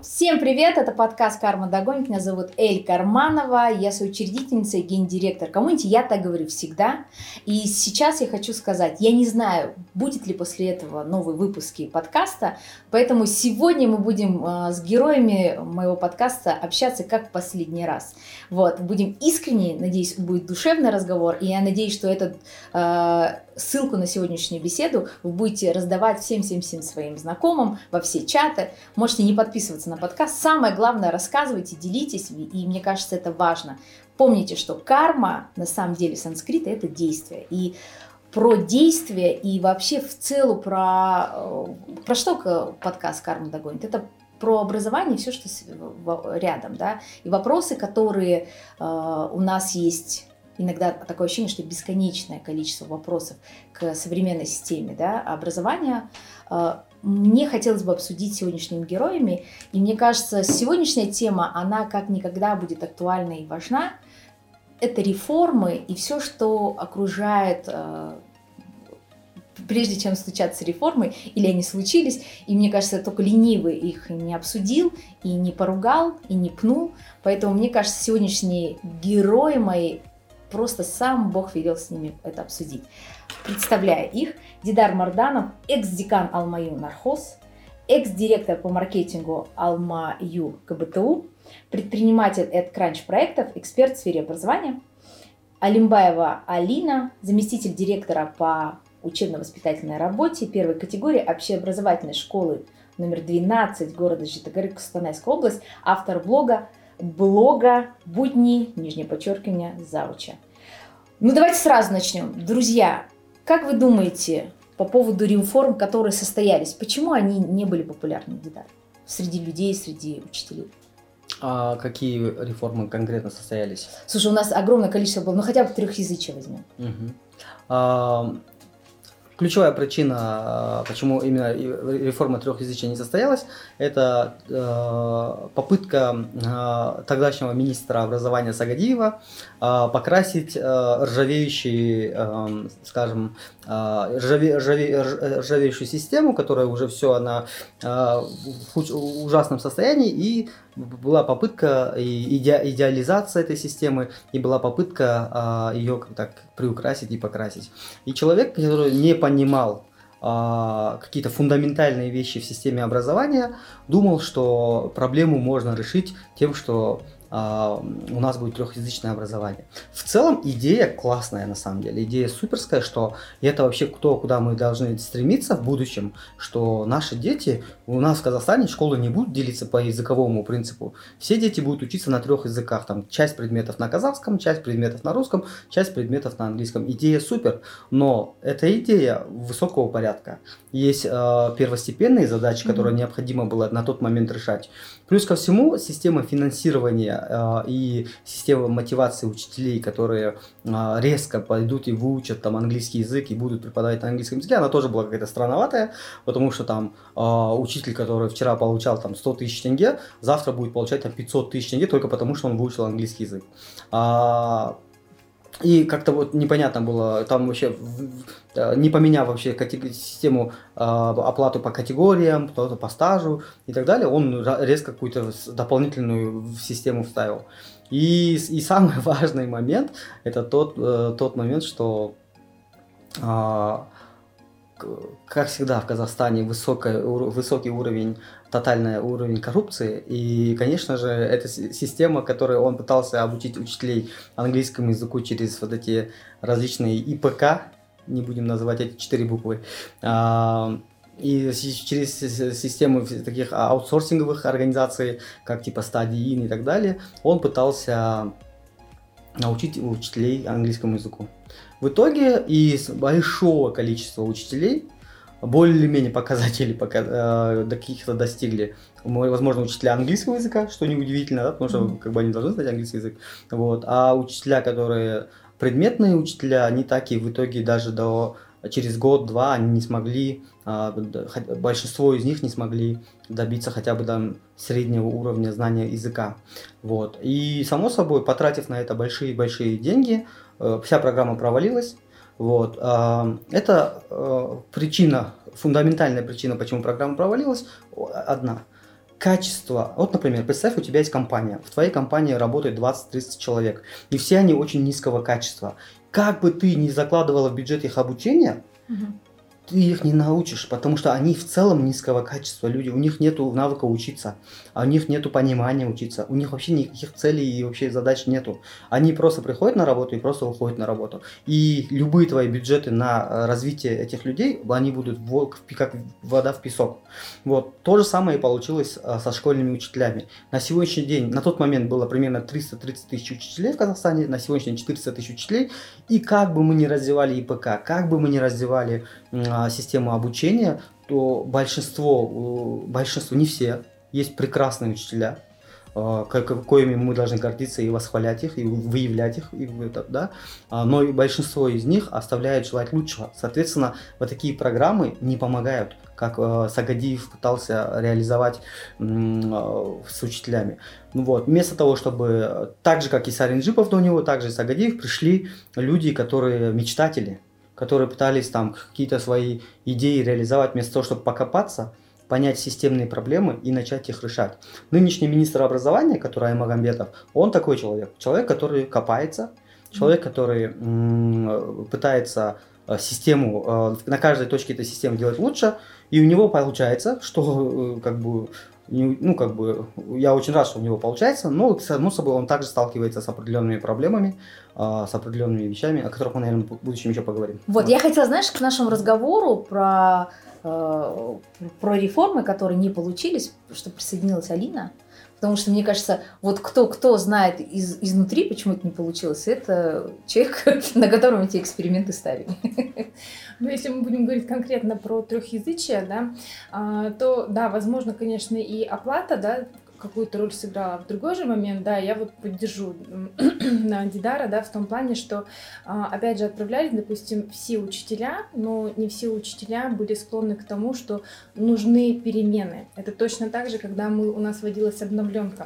Всем привет, это подкаст «Карма Догонит», меня зовут Эль Карманова, я соучредительница и гендиректор комьюнити, я так говорю всегда. И сейчас я хочу сказать, я не знаю, будет ли после этого новые выпуски подкаста, поэтому сегодня мы будем с героями моего подкаста общаться как в последний раз. Вот, будем искренне, надеюсь, будет душевный разговор, и я надеюсь, что этот ссылку на сегодняшнюю беседу вы будете раздавать всем своим знакомым во все чаты. Можете не подписываться на подкаст. Самое главное, рассказывайте, делитесь, и мне кажется, это важно. Помните, что карма, на самом деле, санскрита – это действие. И про действие, и вообще в целом про что подкаст «Карма догонит»? Это про образование и все, что рядом, да, и вопросы, которые у нас есть. Иногда такое ощущение, что бесконечное количество вопросов к современной системе, да, образования. Мне хотелось бы обсудить с сегодняшними героями. И мне кажется, сегодняшняя тема, она как никогда будет актуальна и важна. Это реформы и все, что окружает, прежде чем случатся реформы, или они случились. И мне кажется, только ленивый их не обсудил, и не поругал, и не пнул. Поэтому, мне кажется, сегодняшние герои мои, просто сам Бог велел с ними это обсудить. Представляю их: Дидар Марданов, экс-декан Алма-Ю Нархоз, экс-директор по маркетингу Алма-Ю КБТУ, предприниматель AdCrunch проектов, эксперт в сфере образования. Алимбаева Алина, заместитель директора по учебно-воспитательной работе первой категории общеобразовательной школы номер 12 города Житомир, Костанайская область, автор блога «Будни», _, Ну, давайте сразу начнем. Друзья, как вы думаете по поводу реформ, которые состоялись, почему они не были популярны, Дидар, среди людей, среди учителей? А какие реформы конкретно состоялись? Слушай, у нас огромное количество было, хотя бы трехязычие возьмем. Ключевая причина, почему именно реформа трехязычия не состоялась, это попытка тогдашнего министра образования Сагадиева покрасить ржавеющую систему, которая уже все, она в ужасном состоянии, и была попытка идеализации этой системы, и была попытка ее так приукрасить и покрасить. И человек, который не понимал какие-то фундаментальные вещи в системе образования, думал, что проблему можно решить тем, что у нас будет трехязычное образование. В целом идея классная, на самом деле, идея суперская, что это вообще куда мы должны стремиться в будущем, что наши дети, у нас в Казахстане школы не будут делиться по языковому принципу, все дети будут учиться на 3 языках, там часть предметов на казахском, часть предметов на русском, часть предметов на английском. Идея супер, но эта идея высокого порядка. Есть первостепенные задачи, которые необходимо было на тот момент решать. Плюс ко всему, система финансирования и система мотивации учителей, которые резко пойдут и выучат там английский язык и будут преподавать на английском языке, она тоже была какая-то странноватая, потому что там учитель, который вчера получал там 100 тысяч тенге, завтра будет получать там 500 тысяч тенге только потому, что он выучил английский язык. И как-то вот непонятно было, там вообще, не поменяв вообще систему оплаты по категориям, кто-то по стажу и так далее, он резко какую-то дополнительную систему вставил. И самый важный момент, это тот момент, что, как всегда в Казахстане, высокий уровень, тотальный уровень коррупции. И, конечно же, эта система, которой он пытался обучить учителей английскому языку через вот эти различные ИПК, не будем называть эти 4 буквы, и через систему таких аутсорсинговых организаций, как типа Study-in и так далее, он пытался научить учителей английскому языку. В итоге из большого количества учителей более-менее показатели до каких-то достигли, возможно, учителя английского языка, что неудивительно, да, потому что как бы они должны знать английский язык. Вот. А учителя, которые предметные учителя, они так и в итоге даже через год-два они не смогли, большинство из них не смогли добиться хотя бы до среднего уровня знания языка. Вот. И, само собой, потратив на это большие-большие деньги, вся программа провалилась. Вот. Это фундаментальная причина, почему программа провалилась, одна. качество. Вот, например, представь, у тебя есть компания. В твоей компании работает 20-30 человек. И все они очень низкого качества. Как бы ты ни закладывала в бюджет их обучения, ты их не научишь, потому что они в целом низкого качества люди, у них нету навыка учиться, у них нету понимания учиться, у них вообще никаких целей и вообще задач нету. Они просто приходят на работу и просто уходят на работу. И любые твои бюджеты на развитие этих людей, они будут как вода в песок. Вот. То же самое и получилось со школьными учителями. На сегодняшний день, на тот момент было примерно 330 тысяч учителей в Казахстане, на сегодняшний день 400 тысяч учителей. И как бы мы ни развивали ИПК, как бы мы ни развивали систему обучения, то большинство, не все, есть прекрасные учителя, коими мы должны гордиться и восхвалять их, и выявлять их, да? Но и большинство из них оставляет желать лучшего. Соответственно, вот такие программы не помогают, как Сагадиев пытался реализовать с учителями. Ну вот, вместо того, чтобы так же, как и Саринджипов до него, так же и Сагадиев, пришли люди, которые мечтатели, которые пытались там какие-то свои идеи реализовать вместо того, чтобы покопаться, понять системные проблемы и начать их решать. Нынешний министр образования, который Аймагамбетов, он такой человек. Человек, который копается, человек, который пытается систему, на каждой точке этой системы делать лучше, и у него получается, что я очень рад, что у него получается, но, само собой, он также сталкивается с определенными проблемами, с определенными вещами, о которых мы, наверное, в будущем еще поговорим. Вот, я хотела, знаешь, к нашему разговору про реформы, которые не получились, что присоединилась Алина. Потому что, мне кажется, вот кто знает изнутри, почему это не получилось, это человек, на котором эти эксперименты ставили. Ну, если мы будем говорить конкретно про трехязычие, да, то, да, возможно, конечно, и оплата, да, какую-то роль сыграла. В другой же момент, да, я вот поддержу Дидара, да, в том плане, что, опять же, отправлялись, допустим, все учителя, но не все учителя были склонны к тому, что нужны перемены. Это точно так же, когда у нас вводилась обновленка.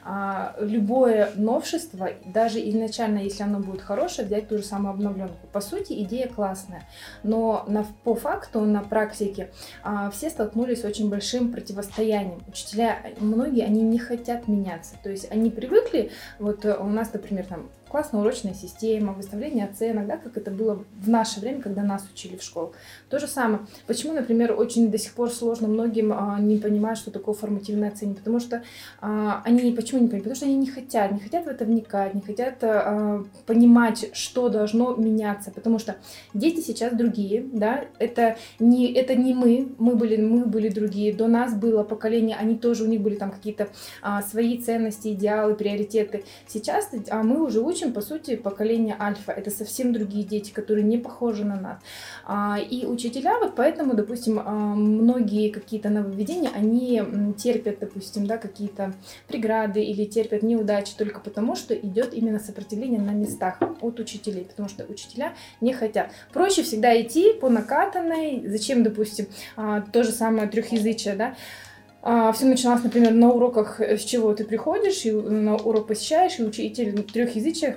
Любое новшество, даже изначально, если оно будет хорошее, взять ту же самую обновленку. По сути, идея классная, но по факту, на практике, все столкнулись с очень большим противостоянием. Учителя, многие, они не хотят меняться. То есть они привыкли, вот у нас, например, там классная урочная система, выставление оценок, да, как это было в наше время, когда нас учили в школе. То же самое. Почему, например, очень до сих пор сложно многим не понимать, что такое формативное оценивание? Потому что почему не понимают? Потому что они не хотят в это вникать, не хотят понимать, что должно меняться. Потому что дети сейчас другие, да, это не мы были другие, до нас было поколение, они тоже, у них были там какие-то свои ценности, идеалы, приоритеты. Сейчас мы уже учим, по сути, поколение альфа. Это совсем другие дети, которые не похожи на нас. И учителя, вот поэтому, допустим, многие какие-то нововведения, они терпят, допустим, да, какие-то преграды или терпят неудачи только потому, что идет именно сопротивление на местах от учителей, потому что учителя не хотят. Проще всегда идти по накатанной. Зачем, допустим, то же самое трехязычие, да? Все начиналось, например, на уроках, с чего ты приходишь, и на урок посещаешь, и учитель трехязычия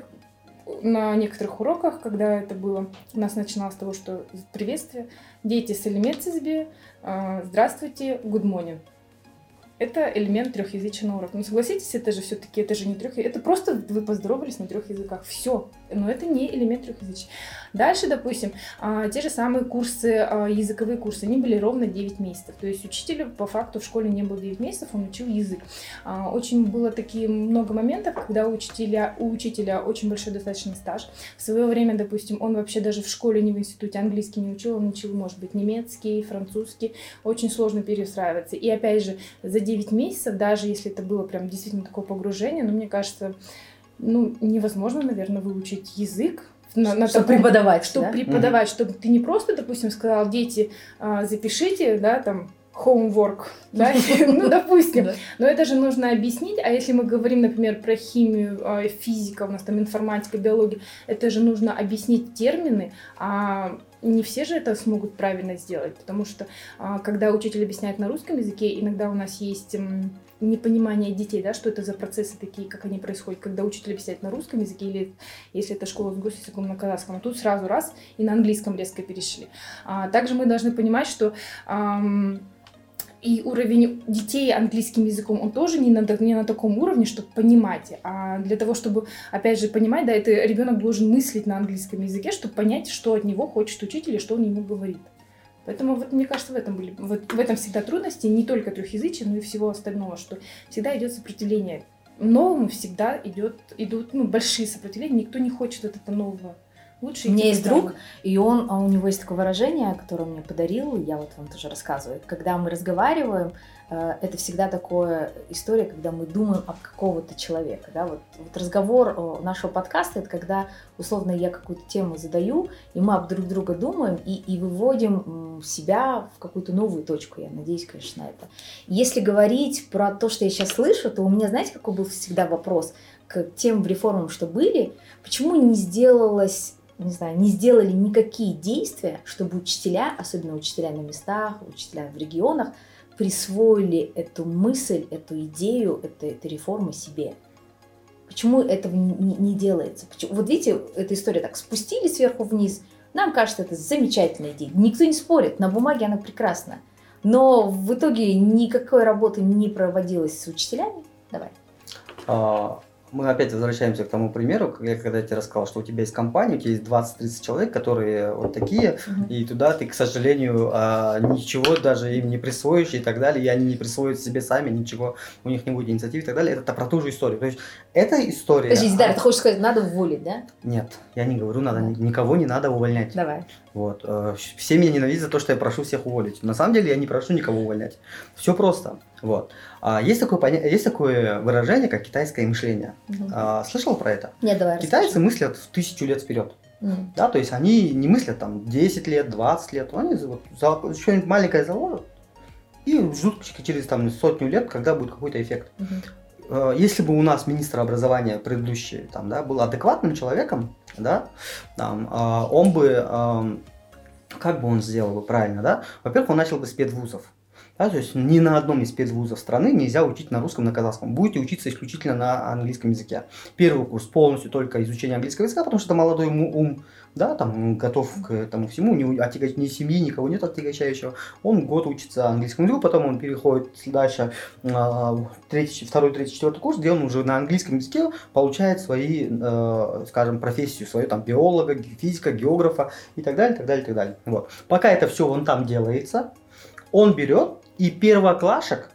на некоторых уроках, когда это было, у нас начиналось с того, что приветствие, дети с элементизби, здравствуйте, good morning. Это элемент трехязычия на урок. Ну, согласитесь, это же все-таки, это же не трехязычие, это просто вы поздоровались на 3 языках, все. Но это не элемент трехязычия. Дальше, допустим, те же самые курсы, языковые курсы, они были ровно 9 месяцев. То есть учитель по факту в школе не был 9 месяцев, он учил язык. Очень было такие много моментов, когда у учителя очень большой достаточно стаж. В свое время, допустим, он вообще даже в школе, не в институте английский не учил, он учил, может быть, немецкий, французский. Очень сложно перестраиваться. И опять же, за 9 месяцев, даже если это было прям действительно такое погружение, мне кажется, невозможно, наверное, выучить язык. Чтобы преподавать, чтобы преподавать, чтобы ты не просто, допустим, сказал, дети, запишите, да, там, homework, да, допустим, но это же нужно объяснить, а если мы говорим, например, про химию, физика, у нас там информатика, биология, это же нужно объяснить термины, а не все же это смогут правильно сделать, потому что, когда учитель объясняет на русском языке, иногда у нас есть непонимание детей, да, что это за процессы такие, как они происходят, когда учитель объясняет на русском языке, или если это школа с госязыком на казахском, а тут сразу раз и на английском резко перешли. Также мы должны понимать, что и уровень детей английским языком, он тоже не на таком уровне, чтобы понимать. А для того, чтобы, опять же, понимать, да, это ребенок должен мыслить на английском языке, чтобы понять, что от него хочет учитель и что он ему говорит. Поэтому, вот, мне кажется, в этом всегда трудности, не только трехязычия, но и всего остального, что всегда идет сопротивление. Новому всегда идут большие сопротивления, никто не хочет от этого нового. Лучше У меня есть старому. друг, и у него есть такое выражение, которое он мне подарил, я вот вам тоже рассказываю. Когда мы разговариваем, это всегда такая история, когда мы думаем об какого-то человека. Да? Вот разговор нашего подкаста — это когда, условно, я какую-то тему задаю, и мы об друг друга думаем и выводим себя в какую-то новую точку. Я надеюсь, конечно, на это. Если говорить про то, что я сейчас слышу, то у меня, знаете, какой был всегда вопрос к тем реформам, что были, почему не сделалось... не сделали никакие действия, чтобы учителя, особенно учителя на местах, учителя в регионах, присвоили эту мысль, эту идею, эту реформу себе. Почему этого не делается? Вот видите, эта история так, спустили сверху вниз, нам кажется, это замечательная идея. Никто не спорит, на бумаге она прекрасна. Но в итоге никакой работы не проводилось с учителями. Давай. Мы опять возвращаемся к тому примеру, когда я тебе рассказал, что у тебя есть компания, у тебя есть 20-30 человек, которые вот такие, и туда ты, к сожалению, ничего даже им не присвоишь и так далее, и они не присвоят себе сами, ничего, у них не будет инициативы и так далее. Это про ту же историю. То есть эта история... Подожди, Дарья, ты хочешь сказать, надо уволить, да? Нет, я не говорю, никого не надо увольнять. Давай. Вот. Все меня ненавидят за то, что я прошу всех уволить. На самом деле я не прошу никого увольнять. Все просто. Вот. Есть такое выражение, как китайское мышление. Слышал про это? Нет, давай. Китайцы мыслят в 1000 лет вперед. Да, то есть они не мыслят там 10 лет, 20 лет. Они что-нибудь маленькое заложат и ждут через там, 100 лет, когда будет какой-то эффект. Если бы у нас министр образования предыдущий там, да, был адекватным человеком, да, там, он бы, как бы он сделал бы правильно, да? Во-первых, он начал бы с педвузов. Да, то есть ни на одном из спецвузов страны нельзя учить на русском, на казахском. Будете учиться исключительно на английском языке. Первый курс полностью только изучение английского языка, потому что это молодой ум, да, там готов к этому всему, ни семьи, никого нет отягощающего. Он год учится английскому языку, потом он переходит дальше второй, третий, четвертый курс, где он уже на английском языке получает свои, скажем, профессию, свою там биолога, физика, географа и так далее, так далее, так далее. Вот. Пока это все вон там делается, он берет и первоклашек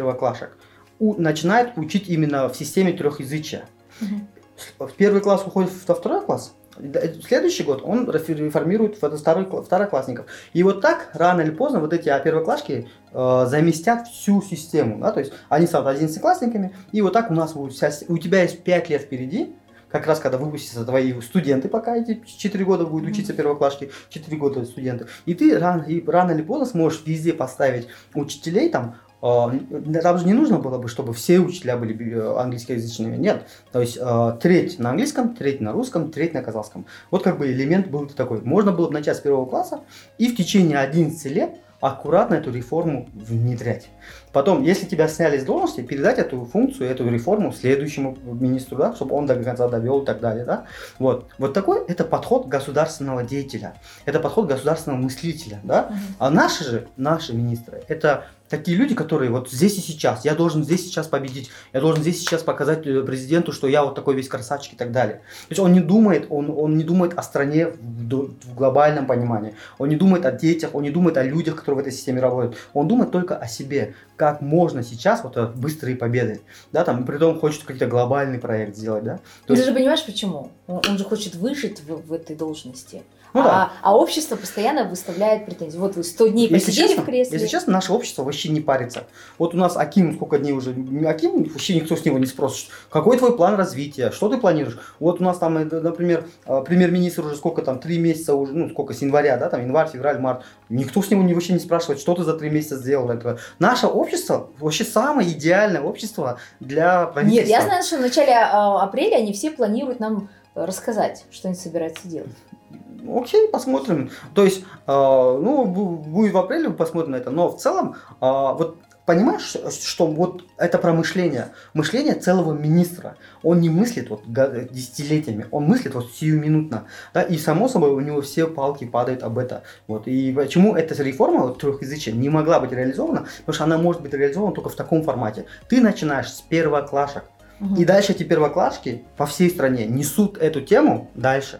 начинает учить именно в системе трехязычия. В первый класс уходит во второй класс, в следующий год он реформирует второклассников. И вот так, рано или поздно, вот эти первоклашки заместят всю систему. Да? То есть они станут 11-классниками, и вот так у тебя есть 5 лет впереди, как раз когда выпустятся твои студенты, пока эти 4 года будут учиться первоклашки, 4 года студенты. И ты рано или поздно сможешь везде поставить учителей там. Там же не нужно было бы, чтобы все учителя были английскоязычными. Нет. То есть треть на английском, треть на русском, треть на казахском. Вот как бы элемент был такой. Можно было бы начать с первого класса и в течение 11 лет аккуратно эту реформу внедрять. Потом, если тебя сняли с должности, передать эту функцию, эту реформу следующему министру, да, чтобы он до конца довел и так далее. Да? Вот такой это подход государственного деятеля, это подход государственного мыслителя. Да? А наши министры, это такие люди, которые вот здесь и сейчас, я должен здесь сейчас победить, я должен здесь сейчас показать президенту, что я вот такой весь красавчик и так далее. То есть он не думает о стране в глобальном понимании, он не думает о детях, он не думает о людях, которые в этой системе работают, он думает только о себе, как можно сейчас вот быстрые победы, да, там, при том хочет какой-то глобальный проект сделать, да. Ты же понимаешь, почему? Он же хочет выжить в этой должности. Ну, да. А общество постоянно выставляет претензии. Вот вы 100 дней посидели в кресле. Если честно, наше общество вообще не парится. Вот у нас Аким, сколько дней уже, Аким, вообще никто с него не спросит, какой твой план развития, что ты планируешь. Вот у нас там, например, премьер-министр уже сколько там, 3 месяца уже, ну сколько, с января, да, там январь, февраль, март, никто с него вообще не спрашивает, что ты за 3 месяца сделал. Наше общество вообще самое идеальное общество для правительства. Нет, я знаю, что в начале апреля они все планируют нам рассказать, что они собираются делать. Окей, посмотрим. То есть, будет в апреле, посмотрим на это. Но в целом, вот понимаешь, что вот это про мышление целого министра. Он не мыслит вот десятилетиями, он мыслит вот сиюминутно, да, и само собой у него все палки падают об это. Вот. И почему эта реформа вот, трехязычия не могла быть реализована? Потому что она может быть реализована только в таком формате. Ты начинаешь с первоклашек, и дальше эти первоклашки по всей стране несут эту тему дальше.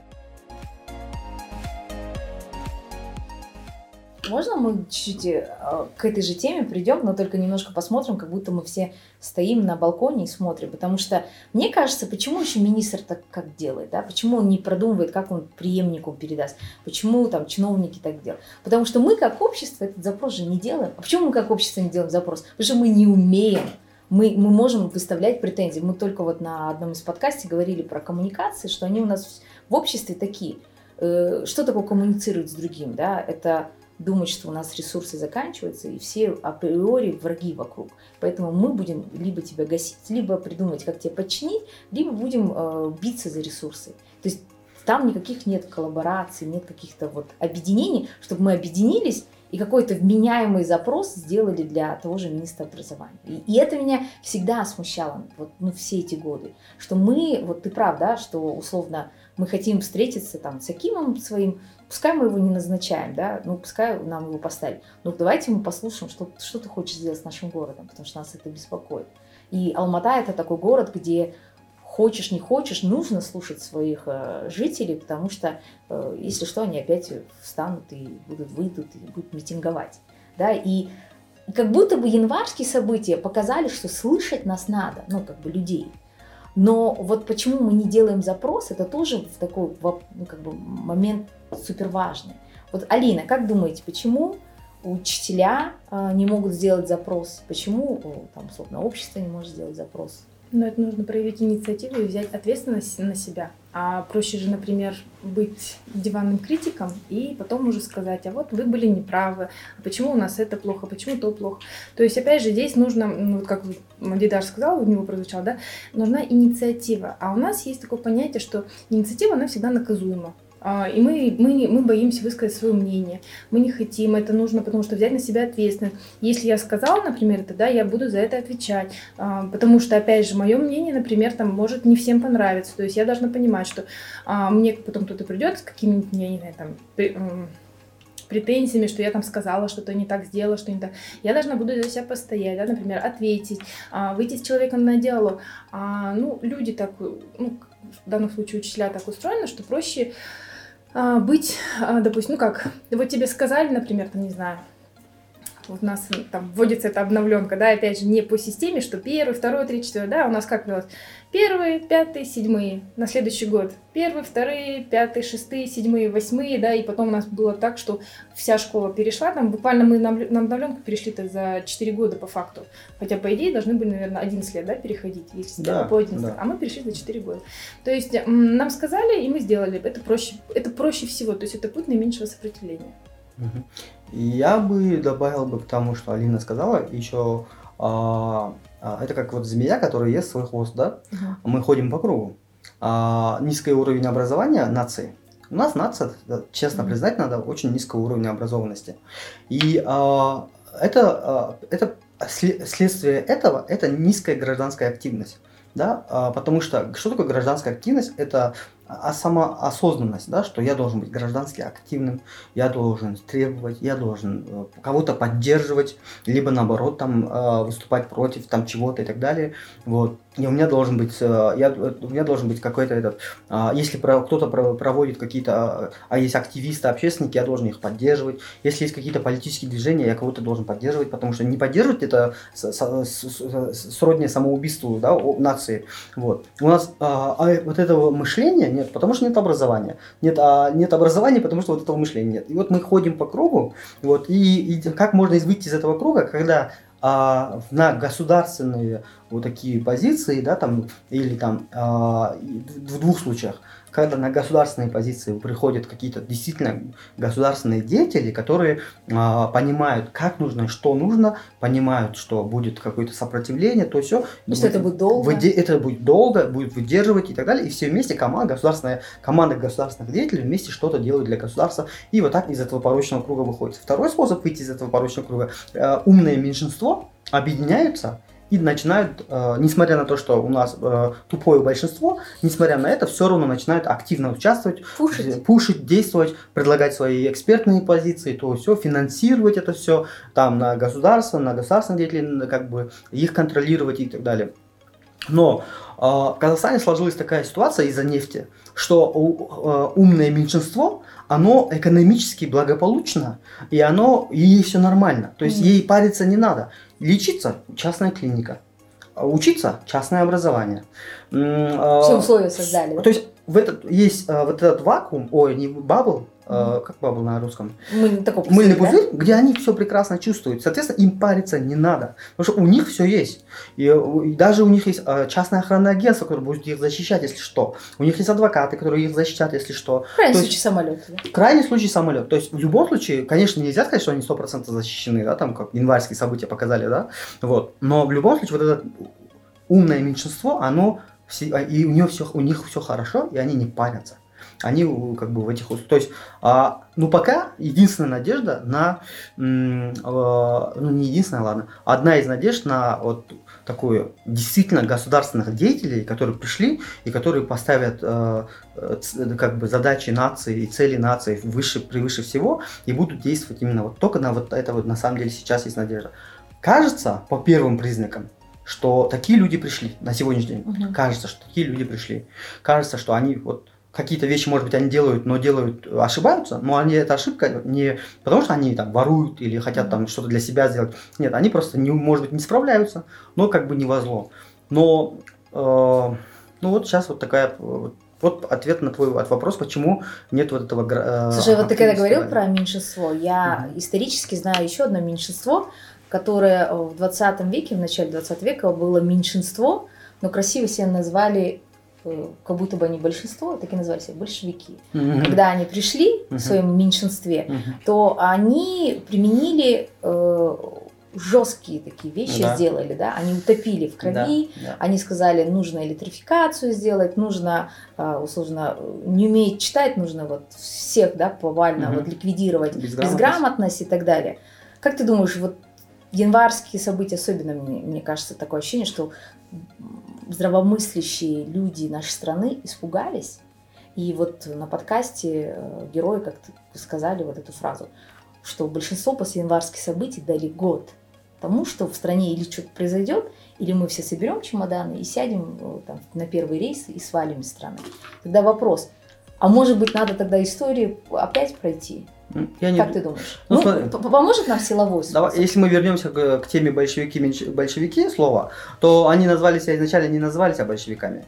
Можно мы чуть-чуть к этой же теме придем, но только немножко посмотрим, как будто мы все стоим на балконе и смотрим. Потому что мне кажется, почему еще министр так как делает, да? Почему он не продумывает, как он преемнику передаст, почему там чиновники так делают. Потому что мы как общество этот запрос же не делаем. А почему мы как общество не делаем запрос? Потому что мы не умеем. Мы можем выставлять претензии. Мы только вот на одном из подкастов говорили про коммуникации, что они у нас в обществе такие. Что такое коммуницировать с другим? Да? Это думать, что у нас ресурсы заканчиваются, и все априори враги вокруг. Поэтому мы будем либо тебя гасить, либо придумать, как тебя подчинить, либо будем биться за ресурсы. То есть там никаких нет коллабораций, нет каких-то вот объединений, чтобы мы объединились и какой-то вменяемый запрос сделали для того же министра образования. И это меня всегда смущало вот, все эти годы, что мы, вот ты прав, да, что условно мы хотим встретиться там с Акимом своим, пускай мы его не назначаем, да, пускай нам его поставят. Давайте мы послушаем, что ты хочешь сделать с нашим городом, потому что нас это беспокоит. И Алмата — это такой город, где хочешь, не хочешь, нужно слушать своих жителей, потому что, если что, они опять встанут и выйдут и будут митинговать. Да? И как будто бы январские события показали, что слышать нас надо, людей. Но вот почему мы не делаем запрос, это тоже такой момент супер важный. Вот, Алина, как думаете, почему учителя не могут сделать запрос? Почему общество не может сделать запрос? Это нужно проявить инициативу и взять ответственность на себя. А проще же, например, быть диванным критиком и потом уже сказать, а вот вы были неправы, а почему у нас это плохо, почему то плохо. То есть, опять же, здесь нужно, как Дидар сказал, у него прозвучало, да, нужна инициатива. А у нас есть такое понятие, что инициатива, она всегда наказуема. И мы боимся высказать свое мнение. Мы не хотим, это нужно, потому что взять на себя ответственность. Если я сказала, например, это, да, я буду за это отвечать. Потому что, опять же, мое мнение, например, может не всем понравиться. То есть я должна понимать, что мне потом кто-то придет с какими-нибудь, я не знаю, претензиями, что я сказала, что-то не так сделала, что не так. Я должна буду за себя постоять, да, например, ответить, выйти с человеком на диалог. Люди так, в данном случае учителя так устроены, что проще быть, допустим, вот тебе сказали, например, не знаю, вот у нас вводится эта обновленка, да, опять же, не по системе, что 1, 2, 3, 4, да, у нас как велось? 1, 5, 7 на следующий год. 1, 2, 5, 6, 7, 8, да, и потом у нас было так, что вся школа перешла, буквально мы на обновленку перешли-то за 4 года по факту. Хотя, по идее, должны были, наверное, 11 лет, да, переходить, если по 11 лет, а мы перешли за 4 года. То есть нам сказали, и мы сделали. Это проще всего, то есть это путь наименьшего сопротивления. Я бы добавил к тому, что Алина сказала, еще это как вот змея, которая ест свой хвост, да? Мы ходим по кругу. Низкий уровень образования нации. У нас нация, честно признать, надо очень низкого уровня образованности. И это следствие этого, это низкая гражданская активность. Да? Потому что такое гражданская активность? Это самоосознанность, да, что я должен быть граждански активным, я должен требовать, я должен кого-то поддерживать, либо наоборот выступать против чего-то и так далее. Вот. И у меня должен быть какой-то если кто-то проводит какие-то, есть активисты, общественники, я должен их поддерживать. Если есть какие-то политические движения, я кого-то должен поддерживать, потому что не поддерживать это сродни самоубийству, да, нации. Вот. У нас вот этого мышления нет, потому что нет образования. Нет образования, потому что вот этого мышления нет. И вот мы ходим по кругу, вот, и как можно выйти из этого круга, когда на государственные вот такие позиции, да, или в двух случаях, когда на государственные позиции приходят какие-то действительно государственные деятели, которые понимают, как нужно, что нужно, понимают, что будет какое-то сопротивление, то все. Что это будет долго. Это будет долго, будет выдерживать и так далее. И все вместе команда государственных деятелей вместе что-то делают для государства. И вот так из этого порочного круга выходит. Второй способ выйти из этого порочного круга – умное меньшинство, объединяются и начинают, несмотря на то, что у нас тупое большинство, несмотря на это, все равно начинают активно участвовать, пушить, действовать, предлагать свои экспертные позиции, то все, финансировать это все, там на государственных деятелей, как бы их контролировать и так далее. Но в Казахстане сложилась такая ситуация из-за нефти, что умное меньшинство, оно экономически благополучно, и ей все нормально. То есть ей париться не надо. Лечиться – частная клиника. Учиться – частное образование. Все условия создали. То есть есть вот этот вакуум, не бабл, как бабл на русском? Мыльный пузырь, да? Где они все прекрасно чувствуют. Соответственно, им париться не надо. Потому что у них все есть. И даже у них есть частное охранное агентство, которое будет их защищать, если что. У них есть адвокаты, которые их защитят, если что. В крайнем случае самолет. В крайнем случае самолет. То есть в любом случае, конечно, нельзя сказать, что они 100% защищены, да, там как январские события показали, да. Вот. Но в любом случае вот это умное меньшинство, и у них все хорошо, и они не парятся. Они как бы в этих условиях. То есть, пока единственная надежда на, не единственная, ладно, одна из надежд на вот такую действительно государственных деятелей, которые пришли и которые поставят как бы задачи нации и цели нации превыше всего и будут действовать именно вот только на вот это вот на самом деле сейчас есть надежда. Кажется, по первым признакам, что такие люди пришли на сегодняшний день. Кажется, что такие люди пришли. Кажется, что они вот какие-то вещи, может быть, они делают, ошибаются, но эта ошибка не потому, что они там воруют или хотят там что-то для себя сделать. Нет, они просто, может быть, не справляются, но как бы не во зло. Но, вот сейчас вот такая... Вот ответ на твой вопрос, почему нет вот этого... Слушай, вот ты когда говорил про меньшинство, я исторически знаю еще одно меньшинство, которое в 20 веке, в начале 20 века было меньшинство, но красиво себя назвали, как будто бы они большинство, так и назвали себя большевики. Когда они пришли в своем меньшинстве, то они применили жесткие такие вещи, сделали, да, они утопили в крови, они сказали, нужно электрификацию сделать, нужно, условно, не умеет читать, нужно вот всех, да, повально вот ликвидировать, безграмотность и так далее. Как ты думаешь, вот январские события, особенно мне кажется, такое ощущение, что здравомыслящие люди нашей страны испугались. И вот на подкасте герои как-то сказали вот эту фразу, что большинство после январских событий дали год тому, что в стране или что-то произойдет, или мы все соберем чемоданы и сядем там, на первый рейс и свалим из страны. Тогда вопрос, а может быть надо тогда историю опять пройти? Как ты думаешь? Поможет нам силовой способ? Давай, если мы вернемся к теме большевики слова, то они изначально не называли себя большевиками.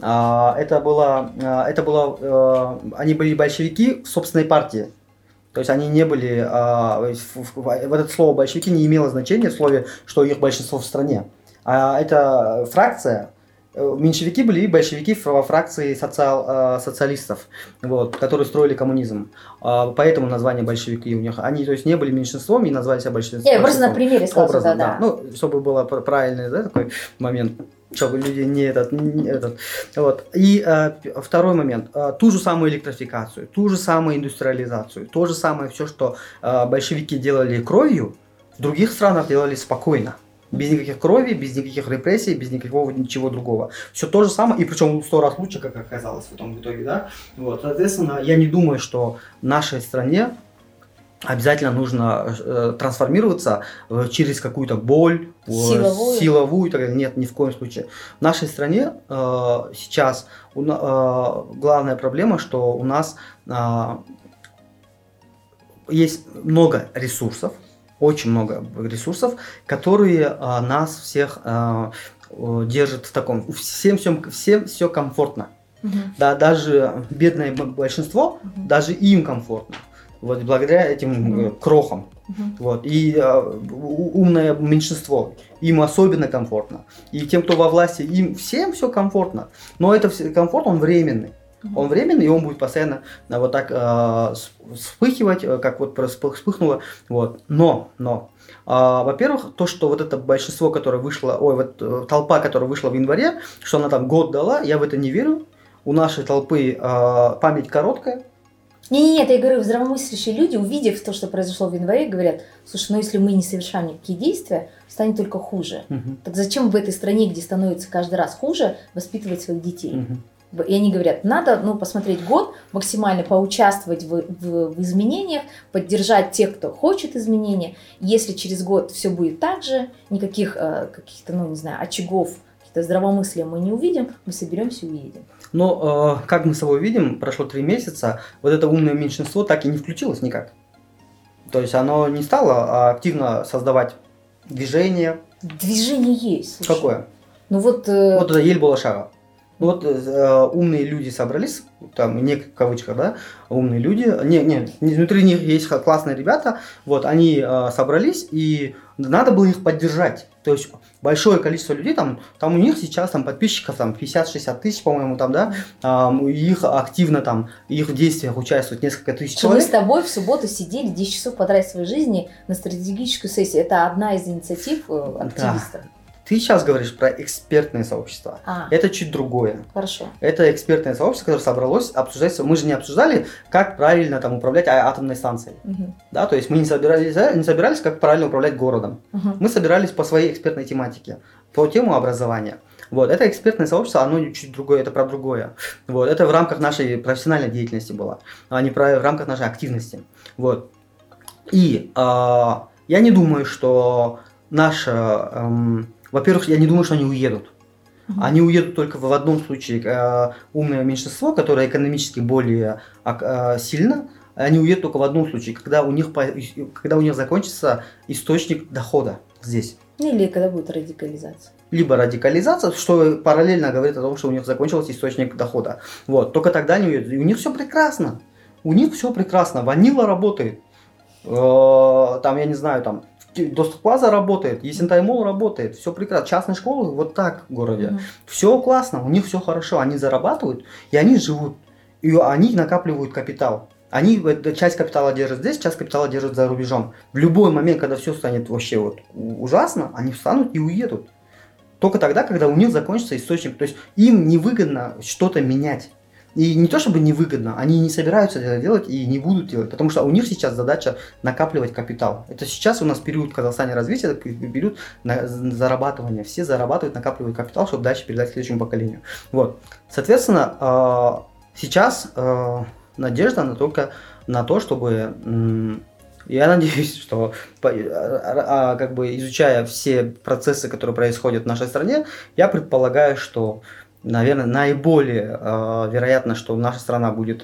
Они были большевики в собственной партии. То есть они не были, вот это слово большевики не имело значения в слове, что их большинство в стране. Это фракция. Меньшевики были и большевики во фракции социалистов, вот, которые строили коммунизм. Поэтому название большевики у них. Они, то есть, не были меньшинством и назвали себя большинством. Я просто на примере сказала, да. Ну, чтобы было правильный, да, такой момент, чтобы люди не этот. Вот. И второй момент. Ту же самую электрификацию, ту же самую индустриализацию, то же самое все, что большевики делали кровью, в других странах делали спокойно. Без никаких крови, без никаких репрессий, без ничего другого. Все то же самое, и причем 100 раз лучше, как оказалось в итоге, да. Вот, соответственно, я не думаю, что нашей стране обязательно нужно трансформироваться через какую-то боль, силовую и так далее. Нет, ни в коем случае. В нашей стране сейчас главная проблема, что у нас есть много ресурсов, очень много ресурсов, которые нас всех держат в таком... Всем все комфортно. Да, даже бедное большинство, даже им комфортно. Вот, благодаря этим крохам. Вот, и умное меньшинство, им особенно комфортно. И тем, кто во власти, им всем все комфортно. Но это комфорт, он временный. Он временный, и он будет постоянно вот так вспыхивать, как вот вспыхнуло. Вот. Но, во-первых, то, что вот это большинство, которое вышло, толпа, которая вышла в январе, что она там год дала, я в это не верю. У нашей толпы память короткая. Нет, я говорю, здравомыслящие люди, увидев то, что произошло в январе, говорят, слушай, ну если мы не совершаем никакие действия, станет только хуже. Так зачем в этой стране, где становится каждый раз хуже, воспитывать своих детей? И они говорят, надо посмотреть год, максимально поучаствовать в изменениях, поддержать тех, кто хочет изменения. Если через год все будет так же, никаких каких-то, очагов, каких-то здравомыслия мы не увидим, мы соберемся и уедем. Но, как мы с собой видим, прошло 3 месяца, вот это умное меньшинство так и не включилось никак. То есть оно не стало активно создавать движение. Движение есть. Слушай. Какое? Вот это Ель Балашава. Вот умные люди собрались, там, не в кавычках, да, умные люди, внутри них есть классные ребята, вот, они собрались, и надо было их поддержать. То есть большое количество людей, там у них сейчас подписчиков 50-60 тысяч, по-моему, да, их активно их в действиях участвует несколько тысяч человек. Мы с тобой в субботу сидели 10 часов потратить своей жизни на стратегическую сессию. Это одна из инициатив активистов. Да. Ты сейчас говоришь про экспертное сообщество. Это чуть другое. Хорошо. Это экспертное сообщество, которое собралось обсуждать. Мы же не обсуждали, как правильно управлять атомной станцией. Да, то есть мы не собирались, как правильно управлять городом. Мы собирались по своей экспертной тематике, по тему образования. Вот, это экспертное сообщество, оно чуть другое, это про другое. Вот, это в рамках нашей профессиональной деятельности было, а не в рамках нашей активности. Вот. И я не думаю, что во-первых, я не думаю, что они уедут. Они уедут только в одном случае. Умное меньшинство, которое экономически более сильно, они уедут только в одном случае, когда у них закончится источник дохода здесь. Или когда будет радикализация. Либо радикализация, что параллельно говорит о том, что у них закончился источник дохода. Вот. Только тогда они уедут. И у них все прекрасно. Ванила работает. Я не знаю, Доступ Плаза работает, Есентай Молл работает, все прекрасно. Частные школы вот так в городе. Все классно, у них все хорошо, они зарабатывают, и они живут. И они накапливают капитал. Они часть капитала держат здесь, часть капитала держат за рубежом. В любой момент, когда все станет вообще ужасно, они встанут и уедут. Только тогда, когда у них закончится источник. То есть им невыгодно что-то менять. И не то чтобы невыгодно, они не собираются это делать и не будут делать, потому что у них сейчас задача накапливать капитал. Это сейчас у нас период в Казахстане развития, это период зарабатывания. Все зарабатывают, накапливают капитал, чтобы дальше передать следующему поколению. Вот. Соответственно, сейчас надежда только на то, чтобы... Я надеюсь, что изучая все процессы, которые происходят в нашей стране, я предполагаю, что наверное, наиболее вероятно, что наша страна будет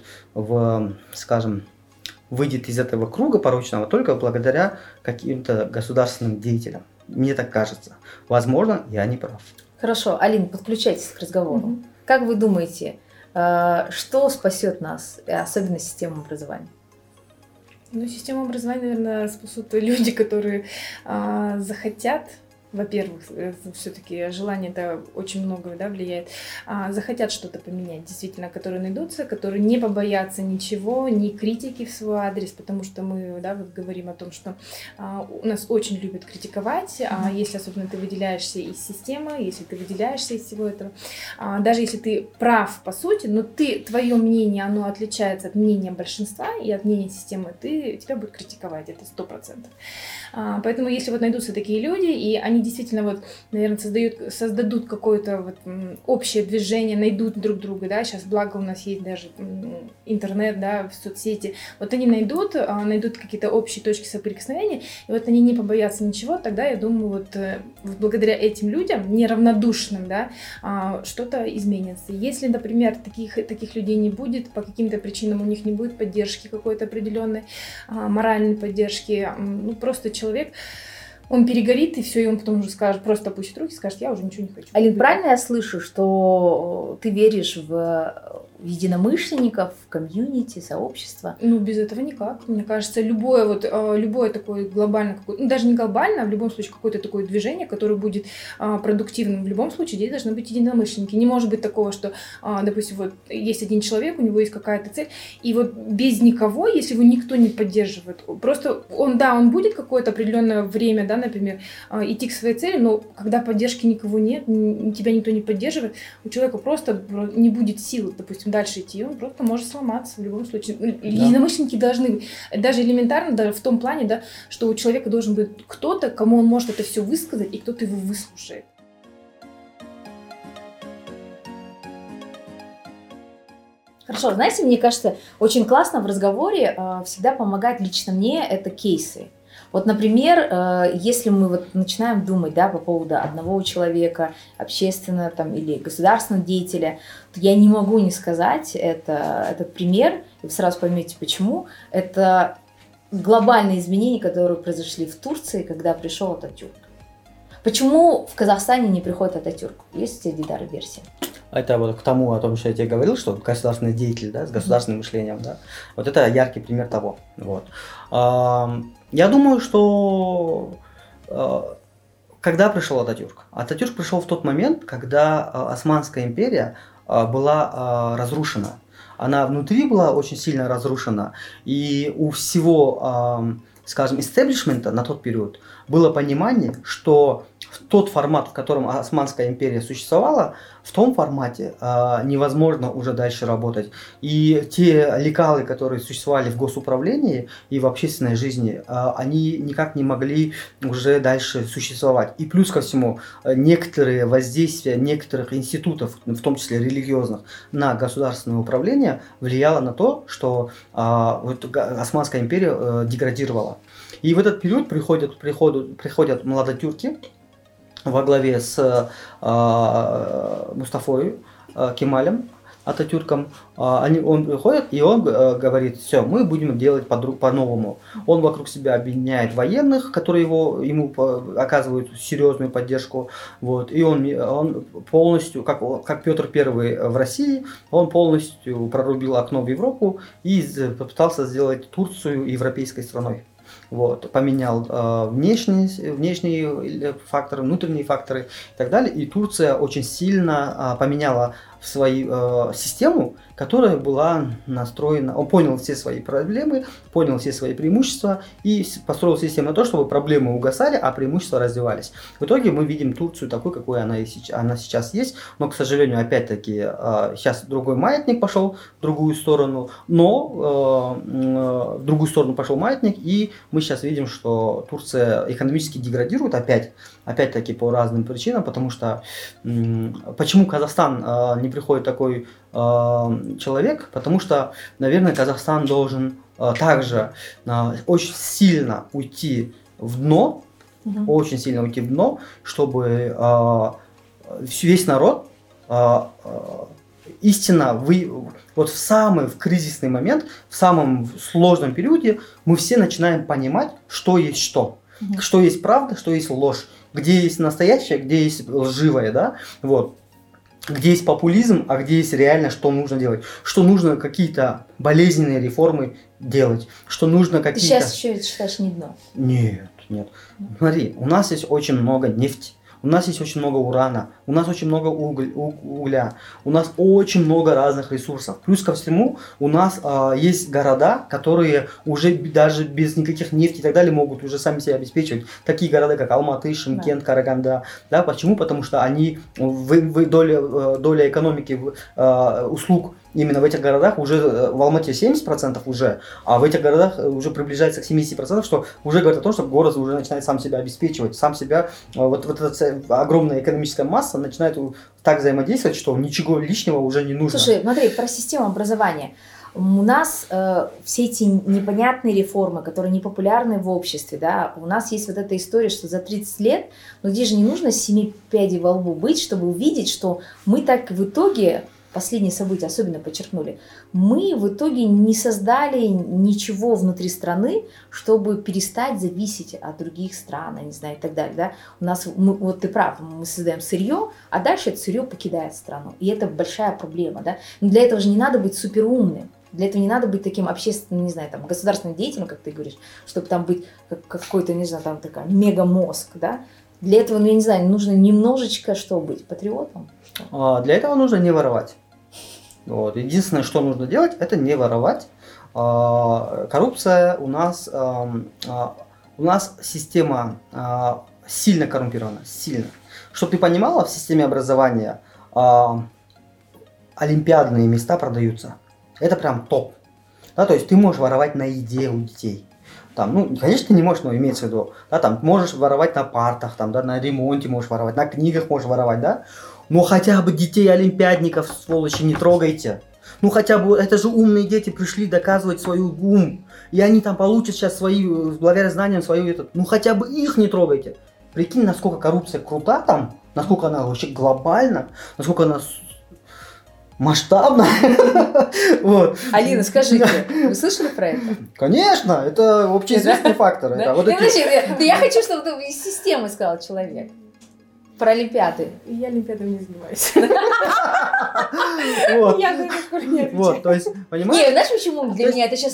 выйдет из этого круга порочного только благодаря каким-то государственным деятелям. Мне так кажется. Возможно, я не прав. Хорошо, Алина, подключайтесь к разговору. Как вы думаете, что спасет нас, особенно систему образования? Систему образования, наверное, спасут люди, которые захотят. Во-первых, все-таки желание это очень многое влияет. Захотят что-то поменять, действительно, которые найдутся, которые не побоятся ничего, ни критики в свой адрес, потому что мы говорим о том, что у нас очень любят критиковать, если особенно ты выделяешься из системы, если ты выделяешься из всего этого. Даже если ты прав по сути, но твое мнение, оно отличается от мнения большинства и от мнения системы, тебя будут критиковать, это 100%. Поэтому если найдутся такие люди, и они действительно наверное, создадут какое-то общее движение, найдут друг друга, сейчас благо у нас есть даже интернет, в соцсети, они найдут какие-то общие точки соприкосновения, и они не побоятся ничего, тогда я думаю, благодаря этим людям, неравнодушным, что-то изменится. Если, например, таких людей не будет, по каким-то причинам у них не будет поддержки какой-то определенной, моральной поддержки, просто человек, он перегорит, и все, и он потом уже скажет, просто опустит руки и скажет, я уже ничего не хочу. Алин, правильно я слышу, что ты веришь в единомышленников, в комьюнити, сообщество? Без этого никак. Мне кажется, любое такое глобальное, даже не глобально, а в любом случае какое-то такое движение, которое будет продуктивным, в любом случае здесь должны быть единомышленники. Не может быть такого, что, допустим, есть один человек, у него есть какая-то цель, и без никого, если его никто не поддерживает, просто он будет какое-то определенное время, например, идти к своей цели, но когда поддержки никого нет, тебя никто не поддерживает, у человека просто не будет сил, допустим, дальше идти, он просто может сломаться в любом случае. Единомышленники должны, даже элементарно, даже в том плане, да, что у человека должен быть кто-то, кому он может это все высказать, и кто-то его выслушает. Хорошо, знаете, мне кажется, очень классно в разговоре всегда помогает лично мне это кейсы. Вот, например, если мы вот начинаем думать, да, по поводу одного человека, общественного там, или государственного деятеля, то я не могу не сказать этот пример, и вы сразу поймете почему. Это глобальные изменения, которые произошли в Турции, когда пришел Ататюрк. Почему в Казахстане не приходит Ататюрк? Есть у тебя, Дидар, версия? Это вот к тому, о том, что я тебе говорил, что государственный деятель, да, с государственным мышлением, да, вот это яркий пример того. Вот. Я думаю, что когда пришел Ататюрк? Ататюрк пришел в тот момент, когда Османская империя была разрушена. Она внутри была очень сильно разрушена, и у всего, скажем, истеблишмента на тот период было понимание, что тот формат, в котором Османская империя существовала, в том формате невозможно уже дальше работать. И те лекалы, которые существовали в госуправлении и в общественной жизни, они никак не могли уже дальше существовать. И плюс ко всему, некоторые воздействия некоторых институтов, в том числе религиозных, на государственное управление влияло на то, что Османская империя деградировала. И в этот период приходят младотюрки во главе с Мустафой Кемалем Ататюрком. Он приходит и он говорит: все, мы будем делать по-новому. Он вокруг себя объединяет военных, которые ему оказывают серьезную поддержку. Вот. И он полностью, как Петр I в России, он полностью прорубил окно в Европу и попытался сделать Турцию европейской страной. Вот, поменял внешние факторы, внутренние факторы и так далее. И Турция очень сильно поменяла свою систему, которая была настроена. Он понял все свои проблемы, понял все свои преимущества и построил систему на то, чтобы проблемы угасали, а преимущества развивались. В итоге мы видим Турцию такой, какой она сейчас есть. Но, к сожалению, опять-таки, сейчас другой маятник пошел в другую сторону. Но в другую сторону пошел маятник, и мы сейчас видим, что Турция экономически деградирует опять-таки по разным причинам, потому что почему Казахстан не приходит такой человек, потому что, наверное, Казахстан должен также очень сильно уйти в дно, чтобы весь народ истинно вот в кризисный момент, в самом сложном периоде мы все начинаем понимать, что есть что. Что есть правда, что есть ложь, где есть настоящее, где есть лживое, да, вот. Где есть популизм, а где есть реально, что нужно делать. Что нужно какие-то болезненные реформы делать. Что нужно какие-то... Ты сейчас еще считаешь не дно? Нет. Смотри, у нас есть очень много нефти. У нас есть очень много урана, у нас очень много угля, у нас очень много разных ресурсов. Плюс ко всему у нас есть города, которые уже даже без никаких нефти и так далее могут уже сами себя обеспечивать. Такие города, как Алматы, Шымкент, Караганда. Да, почему? Потому что они доля экономики услуг именно в этих городах уже в Алмате 70% уже, а в этих городах уже приближается к 70%, что уже говорит о том, что город уже начинает сам себя обеспечивать, сам себя, вот эта огромная экономическая масса начинает так взаимодействовать, что ничего лишнего уже не нужно. Слушай, смотри, про систему образования. У нас все эти непонятные реформы, которые не популярны в обществе, да, у нас есть вот эта история, что за 30 лет, но где же не нужно 7 пядей во лбу быть, чтобы увидеть, что мы так в итоге... Последние события особенно подчеркнули, мы в итоге не создали ничего внутри страны, чтобы перестать зависеть от других стран, я не знаю, и так далее. Да? У нас, вот ты прав, мы создаем сырье, а дальше это сырье покидает страну. И это большая проблема. Да? Но для этого же не надо быть суперумным. Для этого не надо быть таким общественным, не знаю, там, государственным деятелем, как ты говоришь, чтобы там быть какой-то, не знаю, там такая мегамозг, да? Для этого, ну, я не знаю, нужно немножечко что быть? Патриотом? Для этого нужно не воровать. Вот. Единственное, что нужно делать, это не воровать. Коррупция у нас система сильно коррумпирована, сильно. Чтобы ты понимала, в системе образования олимпиадные места продаются. Это прям топ. Да, то есть ты можешь воровать на еде у детей. Там, ну, конечно, ты не можешь, но имеется в виду, да, там можешь воровать на партах, там, да, на ремонте можешь воровать, на книгах можешь воровать, да, но хотя бы детей-олимпиадников, сволочи, не трогайте. Ну, хотя бы, это же умные дети пришли доказывать свой ум, и они там получат сейчас свои, благодаря знаниям, свою, ну, хотя бы их не трогайте. Прикинь, насколько коррупция крута там, насколько она вообще глобальна, насколько она масштабно. Вот. Алина, скажите, вы слышали про это? Конечно, это общеизвестный фактор. Я хочу, чтобы ты из системы сказал человек. Про олимпиады. Я олимпиадами не занимаюсь. Я за эту школу не отвечаю. Вот, то есть, понимаешь? Нет, знаешь, почему для меня это сейчас...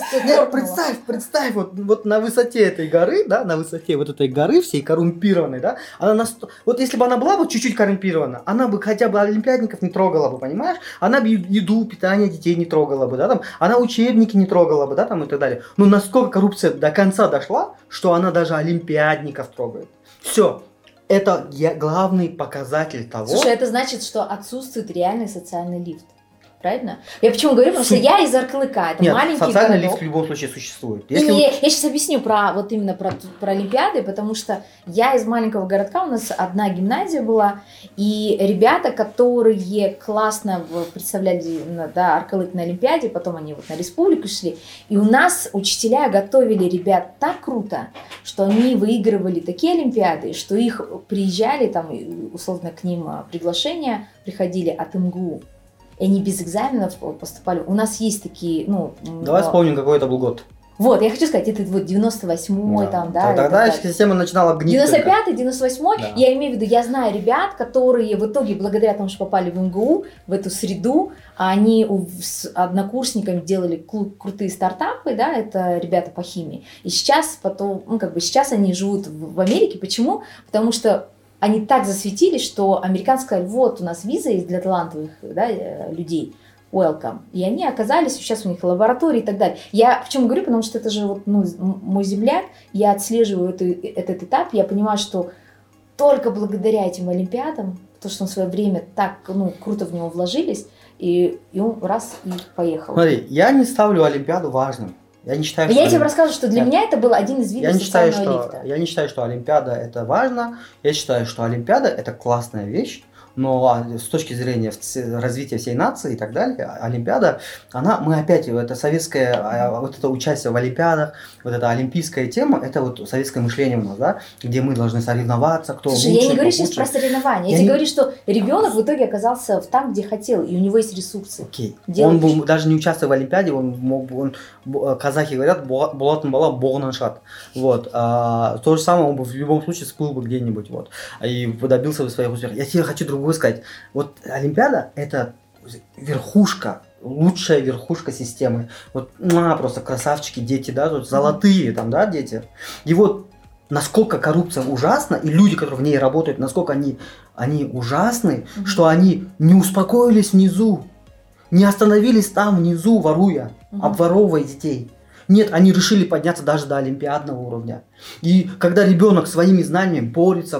Представь, вот на высоте этой горы, да, на высоте вот этой горы всей коррумпированной, да, она вот если бы она была бы чуть-чуть коррумпирована, она бы хотя бы олимпиадников не трогала бы, понимаешь? Она бы еду, питание детей не трогала бы, да, там, она учебники не трогала бы, да, там и так далее. Но насколько коррупция до конца дошла, что она даже олимпиадников трогает. Все. Это главный показатель того... Слушай, это значит, что отсутствует реальный социальный лифт. Правильно? Я почему говорю? Потому что я из Аркылыка. Это маленький городок. Социальный лифт в любом случае существует. Я сейчас объясню про Олимпиады, потому что я из маленького городка, у нас одна гимназия была, и ребята, которые классно представляли, да, Аркылык на Олимпиаде, потом они вот на республику шли, и у нас учителя готовили ребят так круто, что они выигрывали такие Олимпиады, что их приезжали, там, условно, к ним приглашения приходили от МГУ. И они без экзаменов поступали. У нас есть такие, ну... Давай вспомним, какой это был год. Вот, я хочу сказать, это вот 98-й там, да. Тогда система начинала гнить. 95-й, 98-й. Да. Я имею в виду, я знаю ребят, которые в итоге, благодаря тому, что попали в МГУ, в эту среду, они с однокурсниками делали крутые стартапы, да, это ребята по химии. И сейчас потом, ну, как бы сейчас они живут в Америке. Почему? Потому что они так засветились, что американцы сказали, вот у нас виза есть для талантливых, да, людей, welcome. И они оказались, сейчас у них лаборатории и так далее. Я почему говорю, потому что это же вот, ну, мой земляк, я отслеживаю этот этап, я понимаю, что только благодаря этим олимпиадам, потому что он в свое время так, ну, круто в него вложились, и он раз и поехал. Смотри, я не ставлю олимпиаду важным. Я не считаю, я тебе расскажу, что для меня это был один из видов социального лифта. Я не считаю, что олимпиада это важно. Я считаю, что олимпиада это классная вещь. Но с точки зрения развития всей нации и так далее, олимпиада, мы опять, это советское, вот это участие в олимпиадах, вот эта олимпийская тема, это вот советское мышление у нас, да, где мы должны соревноваться, кто лучше, я не говорю сейчас про соревнования, я тебе говорю, что ребенок в итоге оказался там, где хотел, и у него есть ресурсы. Окей. Он был, даже не участвуя в олимпиаде, казахи говорят, болатын бала боғынан шығады. Вот. То же самое, он бы в любом случае всплыл бы где-нибудь, вот, и добился бы своих успехов. Я тебе хочу другое сказать. Вот олимпиада это верхушка, лучшая верхушка системы. Вот просто красавчики, дети, да, тут золотые там, да, дети. И вот насколько коррупция ужасна, и люди, которые в ней работают, насколько они ужасны, что они не успокоились внизу, не остановились там внизу, воруя, обворовывая детей. Нет, они решили подняться даже до олимпиадного уровня. И когда ребенок своими знаниями борется,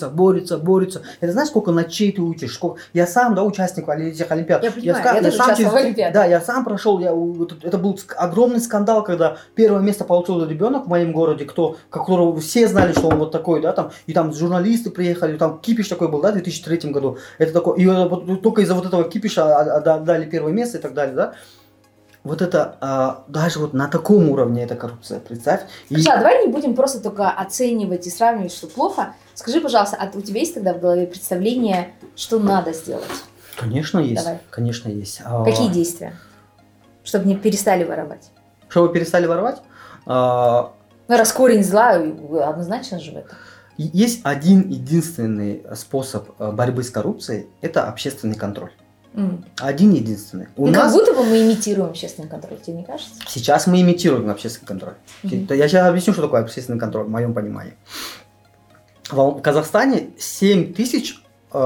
это знаешь, сколько ночей ты учишь? Я сам, да, участник этих олимпиад. Я понимаю, я сам участвовала в олимпиаде. Да, я сам прошел, это был огромный скандал, когда первое место получил ребенок в моем городе, которого все знали, что он вот такой, да, там, и там журналисты приехали, там кипиш такой был, да, в 2003 году. Это такой, и только из-за вот этого кипиша дали первое место и так далее, да. Вот это, даже вот на таком уровне это коррупция, представь. Хорошо, давай не будем просто только оценивать и сравнивать, что плохо. Скажи, пожалуйста, а у тебя есть тогда в голове представление, что надо сделать? Конечно, есть. Давай. Конечно, есть. Какие действия? Чтобы не перестали воровать. Чтобы перестали воровать? Ну, раз корень зла, однозначно же в этом. Есть один единственный способ борьбы с коррупцией – это общественный контроль. Один единственный. Как будто бы мы имитируем общественный контроль, тебе не кажется? Сейчас мы имитируем общественный контроль. Я сейчас объясню, что такое общественный контроль, в моем понимании. В Казахстане 7 тысяч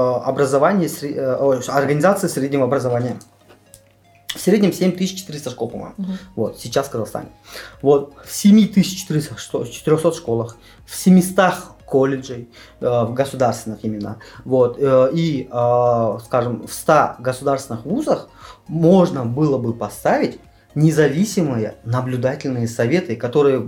организаций среднего образования. В среднем 7400 школ, по-моему. Вот, сейчас в Казахстане. Вот, в 7400 школах, в 700 колледжей, государственных именно. Вот. И, скажем, в 100 государственных вузах можно было бы поставить независимые наблюдательные советы, которые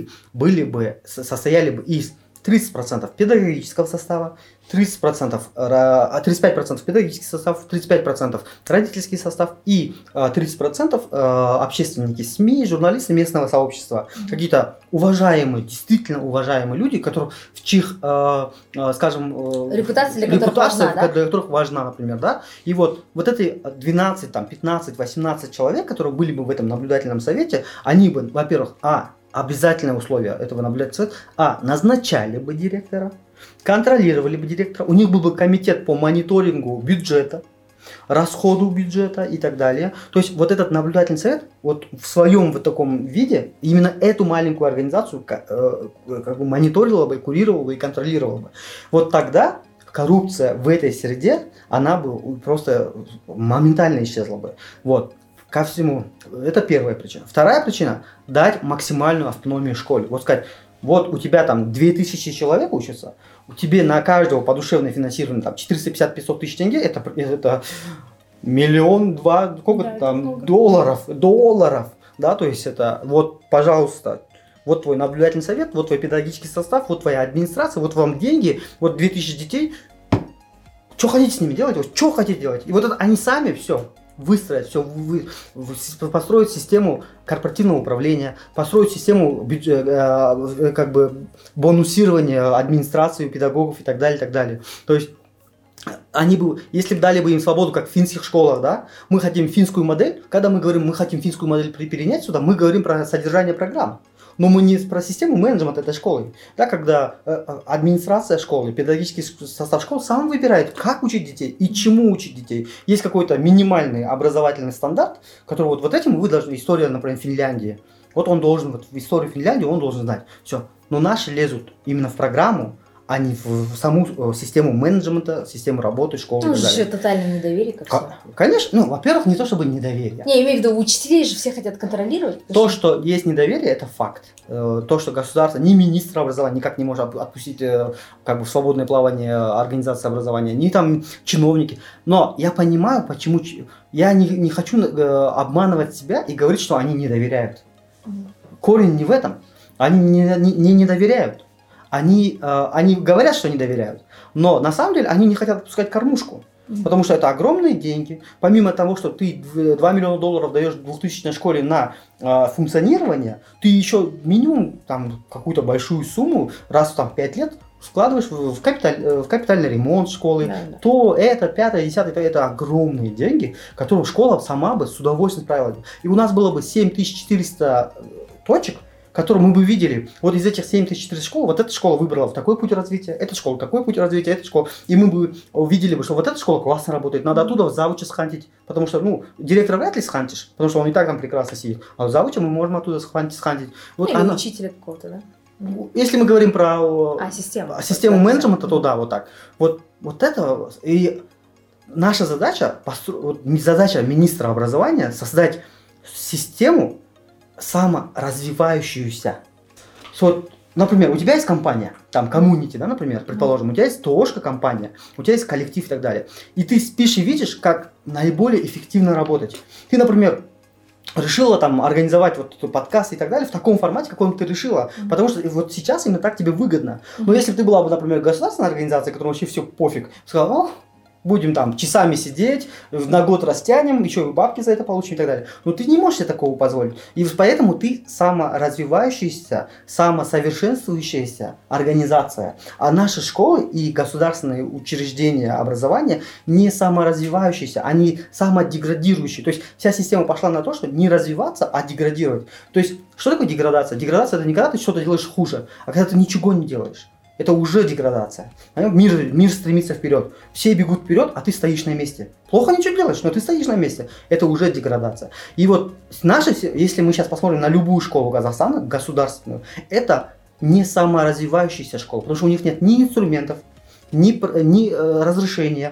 состояли бы из 30% педагогического состава, 35% педагогический состав, 35% родительский состав и 30% общественники, СМИ, журналисты местного сообщества. Какие-то уважаемые, действительно уважаемые люди, в чьих, скажем, репутация для которых важна, например, да? И вот эти 12, 15, 18 человек, которые были бы в этом наблюдательном совете, они бы, во-первых, обязательное условие этого наблюдательного совета, назначали бы директора, контролировали бы директора, у них был бы комитет по мониторингу бюджета, расходу бюджета и так далее. То есть вот этот наблюдательный совет вот в своем вот таком виде именно эту маленькую организацию как бы мониторила бы, курировала бы и контролировала бы. Вот тогда коррупция в этой среде, она бы просто моментально исчезла бы. Вот. Ко всему. Это первая причина. Вторая причина – дать максимальную автономию школе. Вот сказать, вот у тебя там 2000 человек учатся, у тебя на каждого по душевное финансирование там 450-500 тысяч тенге, это миллион-два, долларов, да, то есть это вот, пожалуйста, вот твой наблюдательный совет, вот твой педагогический состав, вот твоя администрация, вот вам деньги, вот 2000 детей, что хотите с ними делать, вот что хотите делать, и вот это они сами все выстроить, построить систему корпоративного управления, построить систему как бы бонусирования администрации, педагогов и так далее, и так далее. То есть они бы, если бы дали бы им свободу, как в финских школах, да, мы хотим финскую модель, когда мы говорим, мы хотим финскую модель перенять сюда, мы говорим про содержание программ. Но мы не про систему менеджмента этой школы. Да, когда администрация школы, педагогический состав школы сам выбирает, как учить детей и чему учить детей. Есть какой-то минимальный образовательный стандарт, который вот этим вы должны, история, например, Финляндии. Вот он должен, вот в истории Финляндии он должен знать. Все. Но наши лезут именно в программу, а не в саму систему менеджмента, систему работы школы. Ну, же тотальное недоверие ко всему. Конечно, во-первых, не то чтобы недоверие. Не, имею в виду, учителей же все хотят контролировать. То, что есть недоверие, это факт. То, что государство, ни министр образования никак не может отпустить как бы в свободное плавание организации образования, ни там чиновники. Но я понимаю, почему. Я не хочу обманывать себя и говорить, что они не доверяют. Корень не в этом. Они не доверяют. Они говорят, что не доверяют, но на самом деле они не хотят отпускать кормушку, потому что это огромные деньги. Помимо того, что ты 2 миллиона долларов даешь 2000-й школе на функционирование, ты еще минимум там какую-то большую сумму раз в 5 лет вкладываешь в капитальный ремонт школы, да. То это, 5-е, 10-е, это огромные деньги, которые школа сама бы с удовольствием справила. И у нас было бы 7400 точек, которые мы бы видели, вот из этих 7400 школ, вот эта школа выбрала в такой путь развития, эта школа такой путь развития, эта школа, и мы бы увидели бы, что вот эта школа классно работает, надо оттуда завуча схантить, потому что, директора вряд ли схантишь, потому что он и так там прекрасно сидит, а завуча мы можем оттуда схантить. Вот или учителя какого-то, да? Если мы говорим про систему менеджмента, то да, вот так. Вот это, и наша задача, задача министра образования создать систему, саморазвивающуюся. Вот, например, у тебя есть компания, там, комьюнити, да, например, предположим, у тебя есть ТОшка компания, у тебя есть коллектив и так далее. И ты спишь и видишь, как наиболее эффективно работать. Ты, например, решила там организовать вот этот подкаст и так далее в таком формате, каком ты решила. Потому что вот сейчас именно так тебе выгодно. Но если бы ты была бы, например, государственная организация, которая вообще все пофиг, сказала, будем там часами сидеть, на год растянем, еще и бабки за это получим и так далее. Но ты не можешь себе такого позволить. И поэтому ты саморазвивающаяся, самосовершенствующаяся организация. А наши школы и государственные учреждения образования не саморазвивающиеся, они самодеградирующие. То есть вся система пошла на то, что не развиваться, а деградировать. То есть что такое деградация? Деградация – это не когда ты что-то делаешь хуже, а когда ты ничего не делаешь. Это уже деградация. Мир стремится вперед. Все бегут вперед, а ты стоишь на месте. Плохо ничего делаешь, но ты стоишь на месте. Это уже деградация. И вот если мы сейчас посмотрим на любую школу Казахстана, государственную, это не саморазвивающаяся школа, потому что у них нет ни инструментов, ни разрешения,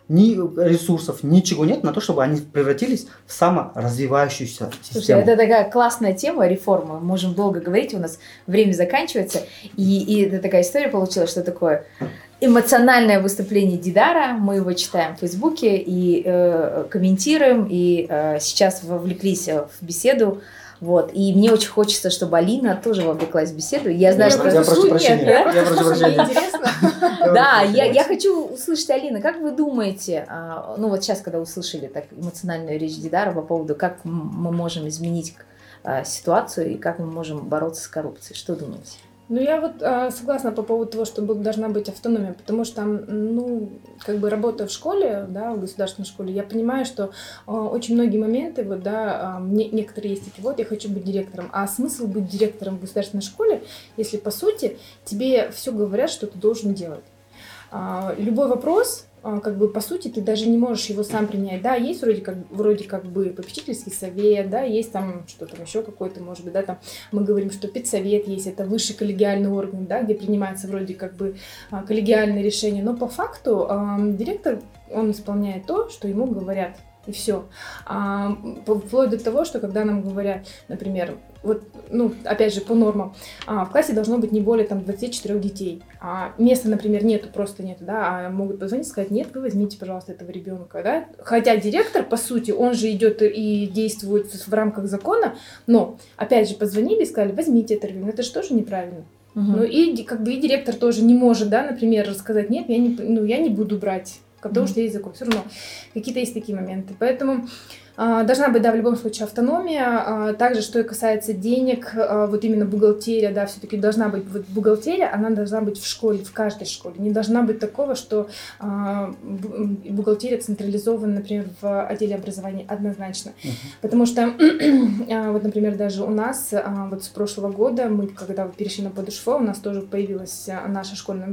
ни ресурсов, ничего нет на то, чтобы они превратились в саморазвивающуюся систему. Слушай, это такая классная тема, реформа. Мы можем долго говорить, у нас время заканчивается. И это такая история получилась, что такое эмоциональное выступление Дидара. Мы его читаем в Фейсбуке и комментируем. И сейчас вовлеклись в беседу. Вот. И мне очень хочется, чтобы Алина тоже вовлеклась в беседу. Я знаю, что... Я прошу прощения. Интересно. Да, я хочу услышать, Алина, как вы думаете, ну вот сейчас, когда услышали так эмоциональную речь Дидара по поводу, как мы можем изменить ситуацию и как мы можем бороться с коррупцией, что думаете? Ну, я вот согласна по поводу того, что должна быть автономия, потому что, ну, как бы работая в школе, да, в государственной школе, я понимаю, что очень многие моменты, вот, да, некоторые есть такие, вот, я хочу быть директором, а смысл быть директором в государственной школе, если, по сути, тебе все говорят, что ты должен делать. Любой вопрос, как бы, по сути, ты даже не можешь его сам принять. Да, есть вроде как бы попечительский совет, да, есть там что там еще какой-то, может быть, да, там мы говорим, что педсовет есть, это высший коллегиальный орган, да, где принимается вроде как бы коллегиальное решение, но по факту директор, он исполняет то, что ему говорят. И все. Вплоть до того, что когда нам говорят, например, вот, ну, опять же, по нормам, в классе должно быть не более там 24 детей. Места, например, нету, просто нету, да, могут позвонить и сказать, нет, вы возьмите, пожалуйста, этого ребенка, да. Хотя директор, по сути, он же идет и действует в рамках закона, но, опять же, позвонили и сказали, возьмите этого ребенка. Это же тоже неправильно. Ну, и как бы и директор тоже не может, да, например, сказать, нет, я не буду брать. Потому что есть закон. Все равно какие-то есть такие моменты. Поэтому должна быть, да, в любом случае автономия. Также, что и касается денег, вот именно бухгалтерия, да, все-таки должна быть вот бухгалтерия, она должна быть в школе, в каждой школе. Не должна быть такого, что бухгалтерия централизована, например, в отделе образования однозначно. Потому что, вот, например, даже у нас вот с прошлого года, мы когда перешли на ПДШФО, у нас тоже появилась наша школьная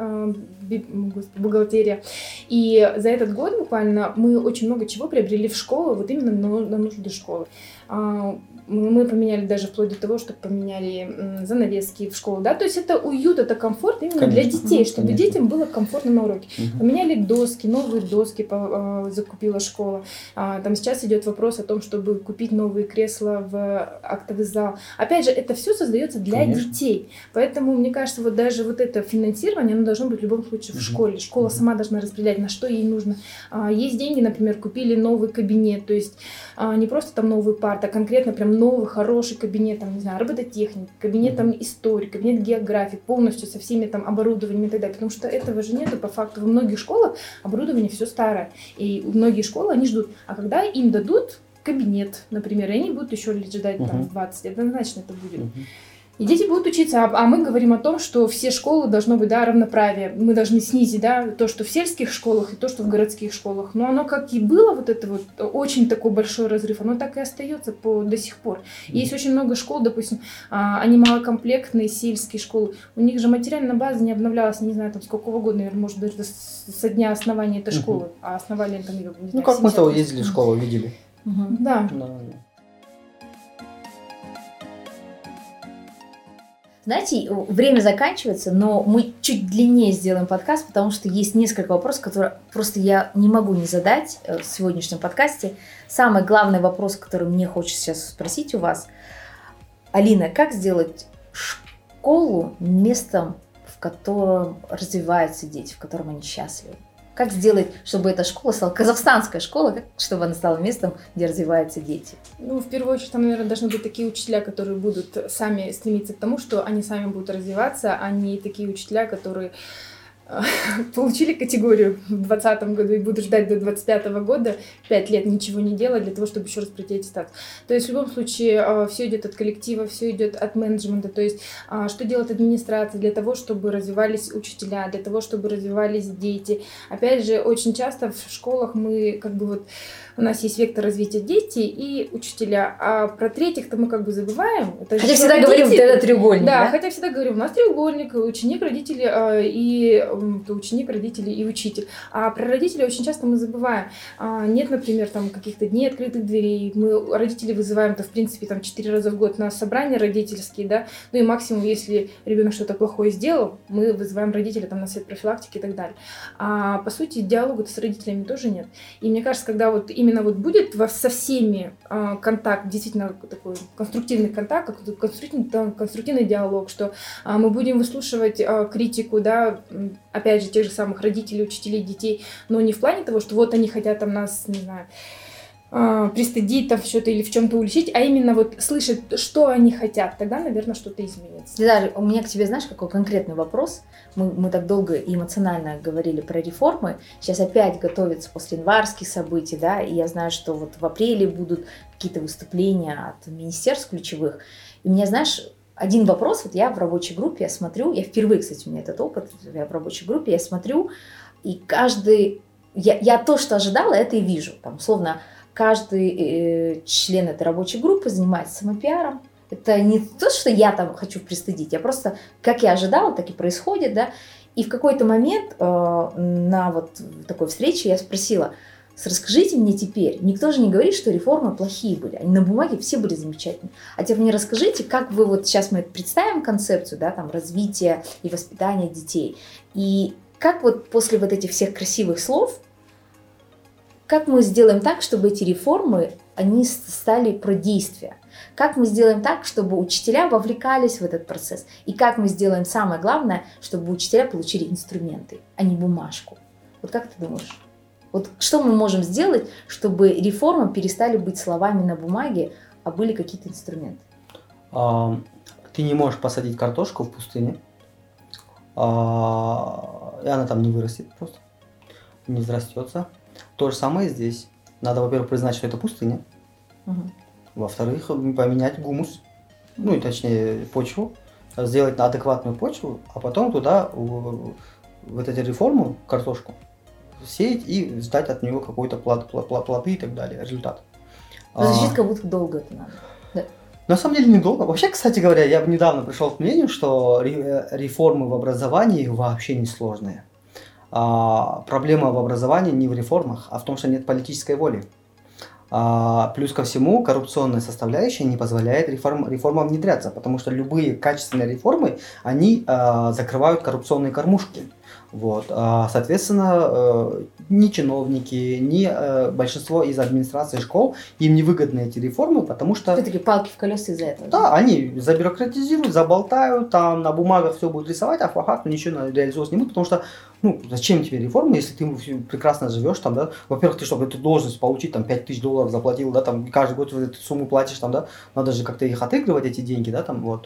бухгалтерия. И за этот год буквально мы очень много чего приобрели в школу, вот именно на нужды школы. Мы поменяли даже вплоть до того, что поменяли занавески в школу, да, то есть это уют, это комфорт именно для детей, чтобы детям было комфортно на уроке. Поменяли доски, новые доски закупила школа. Там сейчас идет вопрос о том, чтобы купить новые кресла в актовый зал. Опять же, это все создается для детей, поэтому, мне кажется, вот даже вот это финансирование, оно должно быть в любом случае в школе. Школа сама должна распределять, на что ей нужно. Есть деньги, например, купили новый кабинет, то есть не просто там новые парты, а конкретно прям новый, хороший кабинет, там, не знаю, робототехники, кабинет там истории, кабинет географии, полностью со всеми там оборудованием и так далее. Потому что этого же нету по факту. Во многих школах оборудование все старое. И многие школы, они ждут. А когда им дадут кабинет, например, и они будут еще лет ждать там 20, однозначно это будет. И дети будут учиться, а мы говорим о том, что все школы должно быть, да, равноправие. Мы должны снизить, да, то, что в сельских школах и то, что в городских школах. Но оно как и было, вот это вот очень такой большой разрыв, оно так и остается до сих пор. Есть очень много школ, допустим, они малокомплектные, сельские школы. У них же материальная база не обновлялась, не знаю, там, с какого года, наверное, может, даже со дня основания этой школы. А основали там, не знаю, ну, как мы с тобой ездили в школу, видели. Да. Знаете, время заканчивается, но мы чуть длиннее сделаем подкаст, потому что есть несколько вопросов, которые просто я не могу не задать в сегодняшнем подкасте. Самый главный вопрос, который мне хочется сейчас спросить у вас. Алина, как сделать школу местом, в котором развиваются дети, в котором они счастливы? Как сделать, чтобы эта школа стала казахстанская школа, чтобы она стала местом, где развиваются дети? Ну, в первую очередь, там, наверное, должны быть такие учителя, которые будут сами стремиться к тому, что они сами будут развиваться, а не такие учителя, которые получили категорию в 2020 году и будут ждать до 2025 года 5 лет ничего не делать для того, чтобы еще раз пройти аттестат. То есть в любом случае все идет от коллектива, все идет от менеджмента. То есть что делает администрация для того, чтобы развивались учителя, для того, чтобы развивались дети. Опять же, очень часто в школах мы как бы вот у нас есть вектор развития дети и учителя, а про третьих-то мы как бы забываем. Это хотя всегда говорим, вот это треугольник, да? Хотя всегда говорим, у нас треугольник, ученик, родители и это ученик, родители и учитель. А про родителей очень часто мы забываем. Нет, например, там каких-то дней открытых дверей. Мы родителей вызываем-то, в принципе, там 4 раза в год на собрания родительские, да. Ну и максимум, если ребенок что-то плохое сделал, мы вызываем родителей там на совет профилактики и так далее. А по сути, диалога с родителями тоже нет. И мне кажется, когда вот именно вот будет со всеми контакт, действительно такой конструктивный контакт, конструктивный диалог, что мы будем выслушивать критику, да, опять же, тех же самых родителей, учителей, детей, но не в плане того, что вот они хотят там нас, не знаю, пристыдить там что-то или в чем-то уличить, а именно вот слышать, что они хотят, тогда, наверное, что-то изменится. Да, у меня к тебе, знаешь, какой конкретный вопрос. Мы так долго и эмоционально говорили про реформы. Сейчас опять готовятся после январских событий, да, и я знаю, что вот в апреле будут какие-то выступления от министерств ключевых. И у меня, знаешь, один вопрос, вот я в рабочей группе, я смотрю, я впервые, кстати, у меня этот опыт, я в рабочей группе, я смотрю, и каждый, я то, что ожидала, это и вижу, там, условно, каждый член этой рабочей группы занимается самопиаром. Это не то, что я там хочу пристыдить, я просто, как я ожидала, так и происходит, да. И в какой-то момент на вот такой встрече я спросила: расскажите мне теперь, никто же не говорит, что реформы плохие были, они на бумаге все были замечательные. А теперь мне расскажите, как вы вот сейчас мы представим концепцию, да, там, развития и воспитания детей, и как вот после вот этих всех красивых слов, как мы сделаем так, чтобы эти реформы, они стали про действия? Как мы сделаем так, чтобы учителя вовлекались в этот процесс? И как мы сделаем самое главное, чтобы учителя получили инструменты, а не бумажку? Вот как ты думаешь? Вот что мы можем сделать, чтобы реформы перестали быть словами на бумаге, а были какие-то инструменты? Ты не можешь посадить картошку в пустыне, и она там не вырастет просто, не взрастется. То же самое здесь. Надо, во-первых, признать, что это пустыня. Угу. Во-вторых, поменять гумус, ну и точнее почву, сделать адекватную почву, а потом туда вот эти реформы, картошку, сеять и ждать от нее какой-то плоды и так далее, результат. Звучит, как будто долго это надо. Да. На самом деле недолго. Вообще, кстати говоря, я недавно пришел к мнению, что реформы в образовании вообще не сложные. Проблема в образовании не в реформах, а в том, что нет политической воли. Плюс ко всему, коррупционная составляющая не позволяет реформам внедряться, потому что любые качественные реформы, они закрывают коррупционные кормушки. Вот. Соответственно, ни чиновники, ни большинство из администрации школ, им не выгодны эти реформы, потому что... Это такие палки в колеса из-за этого. Да, они забюрократизируют, заболтают, там на бумагах все будут рисовать, а по факту ничего реализовать не будут, потому что, зачем тебе реформы, если ты прекрасно живешь там, да? Во-первых, ты, чтобы эту должность получить, там, $5000 заплатил, да, там, каждый год эту сумму платишь, там, да, надо же как-то их отыгрывать, эти деньги, да, там, вот.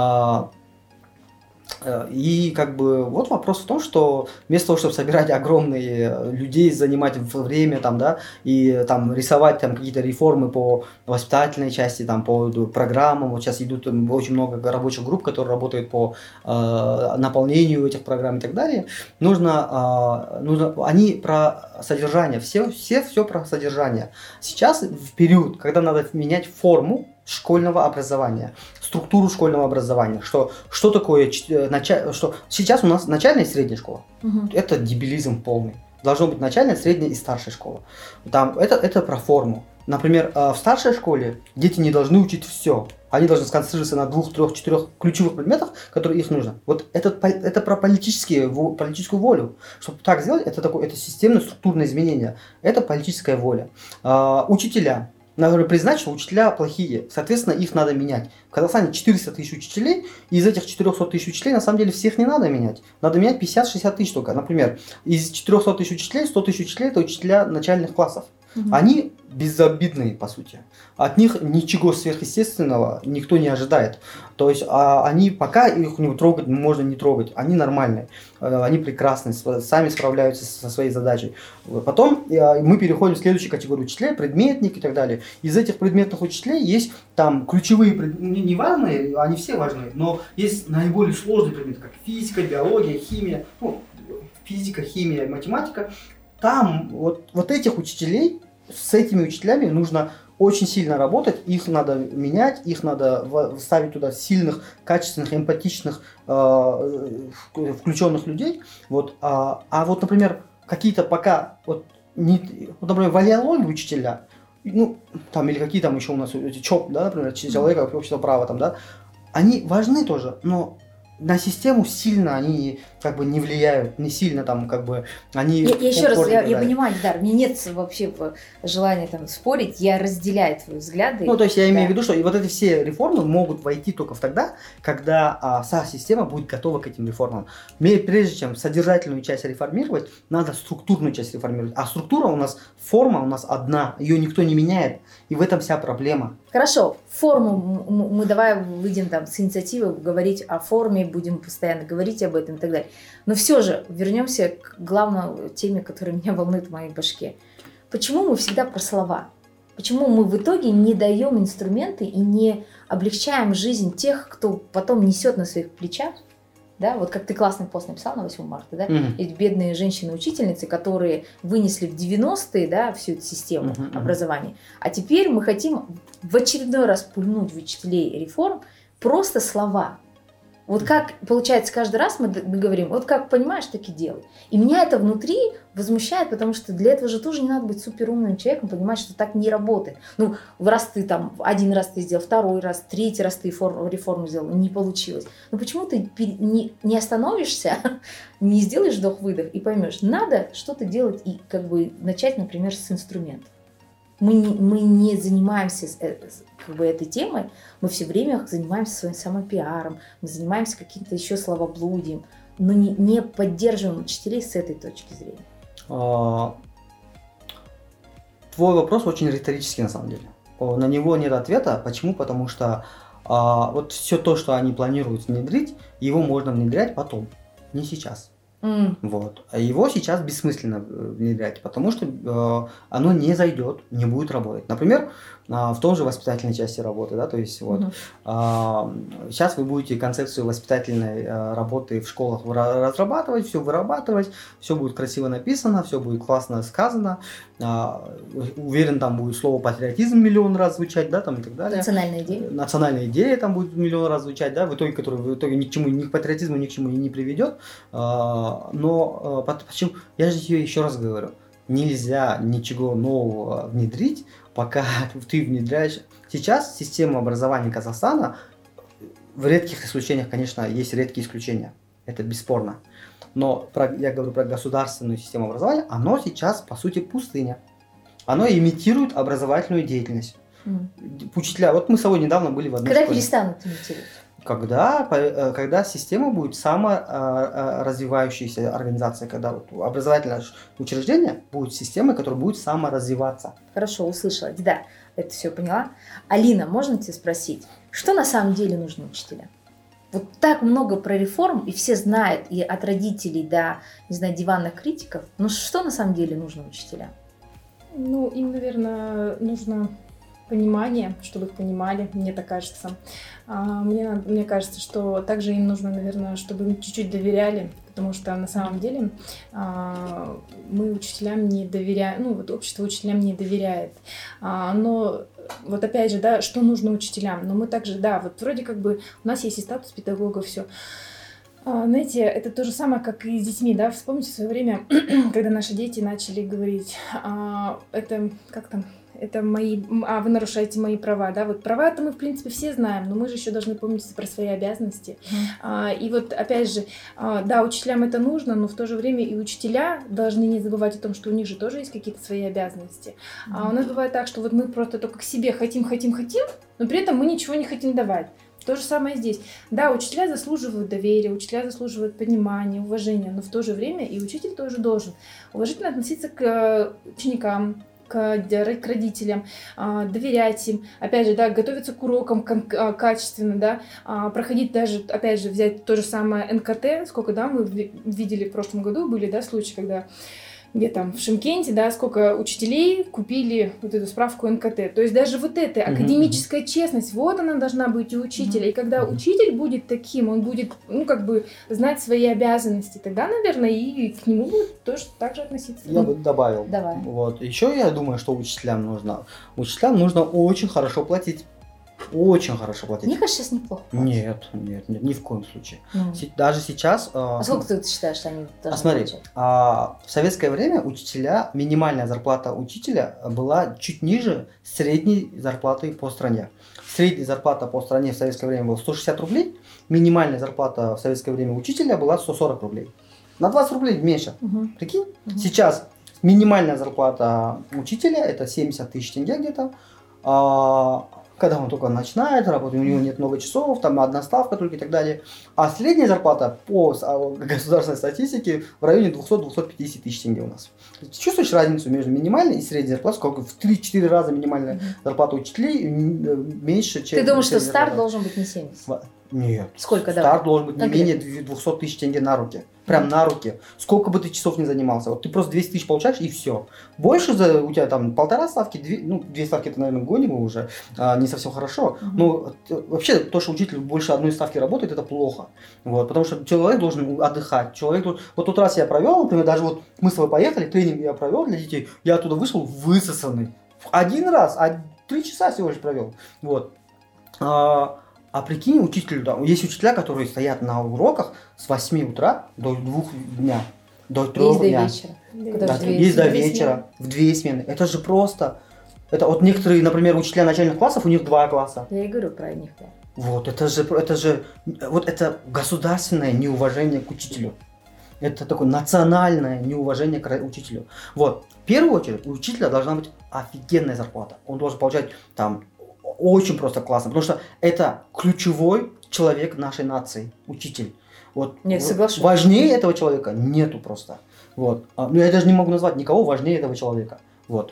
И как бы вот вопрос в том, что вместо того, чтобы собирать огромные людей, занимать время там, да, и там рисовать там какие-то реформы по воспитательной части, там по программам, вот сейчас идут очень много рабочих групп, которые работают по наполнению этих программ и так далее, нужно они про содержание, все про содержание. Сейчас в период, когда надо менять форму школьного образования, структуру школьного образования, что такое, что сейчас у нас начальная и средняя школа, это дебилизм полный. Должно быть начальная, средняя и старшая школа. Там, это про форму. Например, в старшей школе дети не должны учить все. Они должны сконцентрироваться на 2, 3, 4 ключевых предметах, которые их нужно. Вот это про политическую волю. Чтобы так сделать, это системное структурное изменение. Это политическая воля. Учителя. Надо признать, что учителя плохие, соответственно, их надо менять. В Казахстане 400 тысяч учителей, и из этих 400 тысяч учителей, на самом деле, всех не надо менять. Надо менять 50-60 тысяч только. Например, из 400 тысяч учителей, 100 тысяч учителей – это учителя начальных классов. Они безобидные, по сути. От них ничего сверхъестественного никто не ожидает. То есть они пока их не трогать, можно не трогать. Они нормальные, они прекрасные, сами справляются со своей задачей. Потом мы переходим в следующую категорию учителей, предметник и так далее. Из этих предметных учителей есть там ключевые предметы, не важные, они все важны, но есть наиболее сложные предметы, как физика, биология, химия, физика, химия, математика. Там вот этих учителей, с этими учителями нужно очень сильно работать, их надо менять, их надо ставить туда сильных, качественных, эмпатичных, включенных людей. Вот. А вот, например, какие-то пока, вот, например, валиологи учителя, ну, там, или какие там еще у нас эти ЧОП, да, например, человека, общество права, там, да, они важны тоже, но на систему сильно они как бы не влияют, не сильно там как бы они... Я еще раз, я понимаю, Ильдар, мне нет вообще желания там спорить, я разделяю твои взгляды. Ну, то есть я имею в виду, что и вот эти все реформы могут войти только тогда, когда вся система будет готова к этим реформам. Прежде чем содержательную часть реформировать, надо структурную часть реформировать. А структура у нас, форма у нас одна, ее никто не меняет, и в этом вся проблема. Хорошо, форму мы давай выйдем там с инициативы говорить о форме, будем постоянно говорить об этом и так далее. Но все же вернемся к главной теме, которая меня волнует в моей башке. Почему мы всегда про слова? Почему мы в итоге не даем инструменты и не облегчаем жизнь тех, кто потом несет на своих плечах? Да, вот как ты классный пост написал на 8 марта, да? Эти бедные женщины-учительницы, которые вынесли в 90-е, да, всю эту систему образования. А теперь мы хотим в очередной раз пульнуть в учителей реформ просто слова. Вот как, получается, каждый раз мы говорим, вот как понимаешь, так и делай. И меня это внутри возмущает, потому что для этого же тоже не надо быть суперумным человеком, понимать, что так не работает. Ну, раз ты там, один раз ты сделал, второй раз, третий раз ты реформу сделал, не получилось. Но почему ты не остановишься, не сделаешь вдох-выдох и поймешь, надо что-то делать и как бы начать, например, с инструментов. Мы не занимаемся как бы этой темой, мы все время занимаемся своим самопиаром, мы занимаемся каким-то еще словоблудием, но не поддерживаем учителей с этой точки зрения. Твой вопрос очень риторический на самом деле. На него нет ответа. Почему? Потому что вот все то, что они планируют внедрить, его можно внедрять потом, не сейчас. Вот. А его сейчас бессмысленно внедрять, потому что оно не зайдет, не будет работать. Например, в том же воспитательной части работы, да, то есть вот сейчас вы будете концепцию воспитательной работы в школах разрабатывать, все вырабатывать, все будет красиво написано, все будет классно сказано, уверен, там будет слово патриотизм миллион раз звучать, да, там и так далее. Национальная идея там будет миллион раз звучать, да, в итоге, которая в итоге ни к чему, ни к патриотизму, ни к чему и не приведет. Но почему? Я же еще раз говорю, нельзя ничего нового внедрить, пока ты внедряешь. Сейчас система образования Казахстана, в редких исключениях, конечно, есть редкие исключения, это бесспорно. Но я говорю про государственную систему образования, оно сейчас, по сути, пустыня. Оно имитирует образовательную деятельность. Учителя, вот мы с тобой недавно были в одной школе. Когда перестанут имитировать? Когда система будет саморазвивающейся организацией, когда вот образовательное учреждение будет системой, которая будет саморазвиваться. Хорошо, услышала. Да, это все поняла. Алина, можно тебя спросить, что на самом деле нужно учителям? Вот так много про реформ, и все знают, и от родителей до, не знаю, диванных критиков. Но что на самом деле нужно учителям? Ну, им, наверное, нужно понимание, чтобы их понимали, мне так кажется. Мне кажется, что также им нужно, наверное, чтобы им чуть-чуть доверяли, потому что на самом деле мы учителям не доверяем, ну вот общество учителям не доверяет. Но вот опять же, да, что нужно учителям? Но мы также, да, вот вроде как бы у нас есть и статус педагога, все. Знаете, это то же самое, как и с детьми, да, вспомните в свое время, когда наши дети начали говорить, это, как там, это мои, вы нарушаете мои права, да, вот права-то мы, в принципе, все знаем, но мы же еще должны помнить про свои обязанности. И вот, опять же, да, учителям это нужно, но в то же время и учителя должны не забывать о том, что у них же тоже есть какие-то свои обязанности. У нас бывает так, что вот мы просто только к себе хотим, но при этом мы ничего не хотим давать. То же самое здесь. Да, учителя заслуживают доверия, учителя заслуживают понимания, уважения, но в то же время и учитель тоже должен уважительно относиться к ученикам, к родителям, доверять им, опять же, да, готовиться к урокам качественно, да, проходить даже, опять же, взять то же самое НКТ, сколько, да, мы видели в прошлом году, были, да, случаи, когда где там в Шымкенте, да, сколько учителей купили вот эту справку НКТ. То есть даже вот эта академическая честность, вот она должна быть у учителя. И когда учитель будет таким, он будет, ну, как бы знать свои обязанности, тогда, наверное, и к нему будет тоже так же относиться. Я бы добавил. Давай. Вот. Еще я думаю, что учителям нужно очень хорошо платить. Очень хорошо платить. Мне кажется, сейчас неплохо платят. Нет, ни в коем случае. Даже сейчас... А сколько ты считаешь, что они должны смотри, получать? в советское время минимальная зарплата учителя была чуть ниже средней зарплаты по стране. Средняя зарплата по стране в советское время была 160 рублей, минимальная зарплата в советское время учителя была 140 рублей. На 20 рублей меньше. Прикинь? Сейчас минимальная зарплата учителя это 70 тысяч тенге где-то. Когда он только начинает работать, у него нет много часов, там одна ставка только и так далее. А средняя зарплата по государственной статистике в районе 200-250 тысяч тенге у нас. Чувствуешь разницу между минимальной и средней зарплатой? Сколько? В 3-4 раза минимальная зарплата учителей меньше, чем... Ты думаешь, что старт должен быть не 70? Нет. Сколько, старт должен быть не менее 200 тысяч тенге на руки. Прям на руки. Сколько бы ты часов не занимался. Вот ты просто 200 тысяч получаешь и все. Больше у тебя там 1,5 ставки, 2 ставки это, наверное, гонимо уже. Не совсем хорошо. Но вообще то, что учитель больше одной ставки работает, это плохо. Вот, потому что человек должен отдыхать. Вот тот раз я провел, например, даже вот мы с тобой поехали, тренинг я провел для детей, я оттуда вышел высосанный. Один раз, 3 часа всего лишь провел. Вот. А прикинь, есть учителя, которые стоят на уроках с 8 утра до 2 дня, до 3 дня. Есть до вечера, в 2 смены. Это же просто... Это вот некоторые, например, учителя начальных классов, у них 2 класса. Я и говорю про них. Вот, это государственное неуважение к учителю. Это такое национальное неуважение к учителю. Вот, в первую очередь, у учителя должна быть офигенная зарплата. Он должен получать там... Очень просто классно, потому что это ключевой человек нашей нации, учитель. Вот. Нет, соглашусь. Важнее этого человека нету просто. Вот. Я даже не могу назвать никого важнее этого человека. Вот.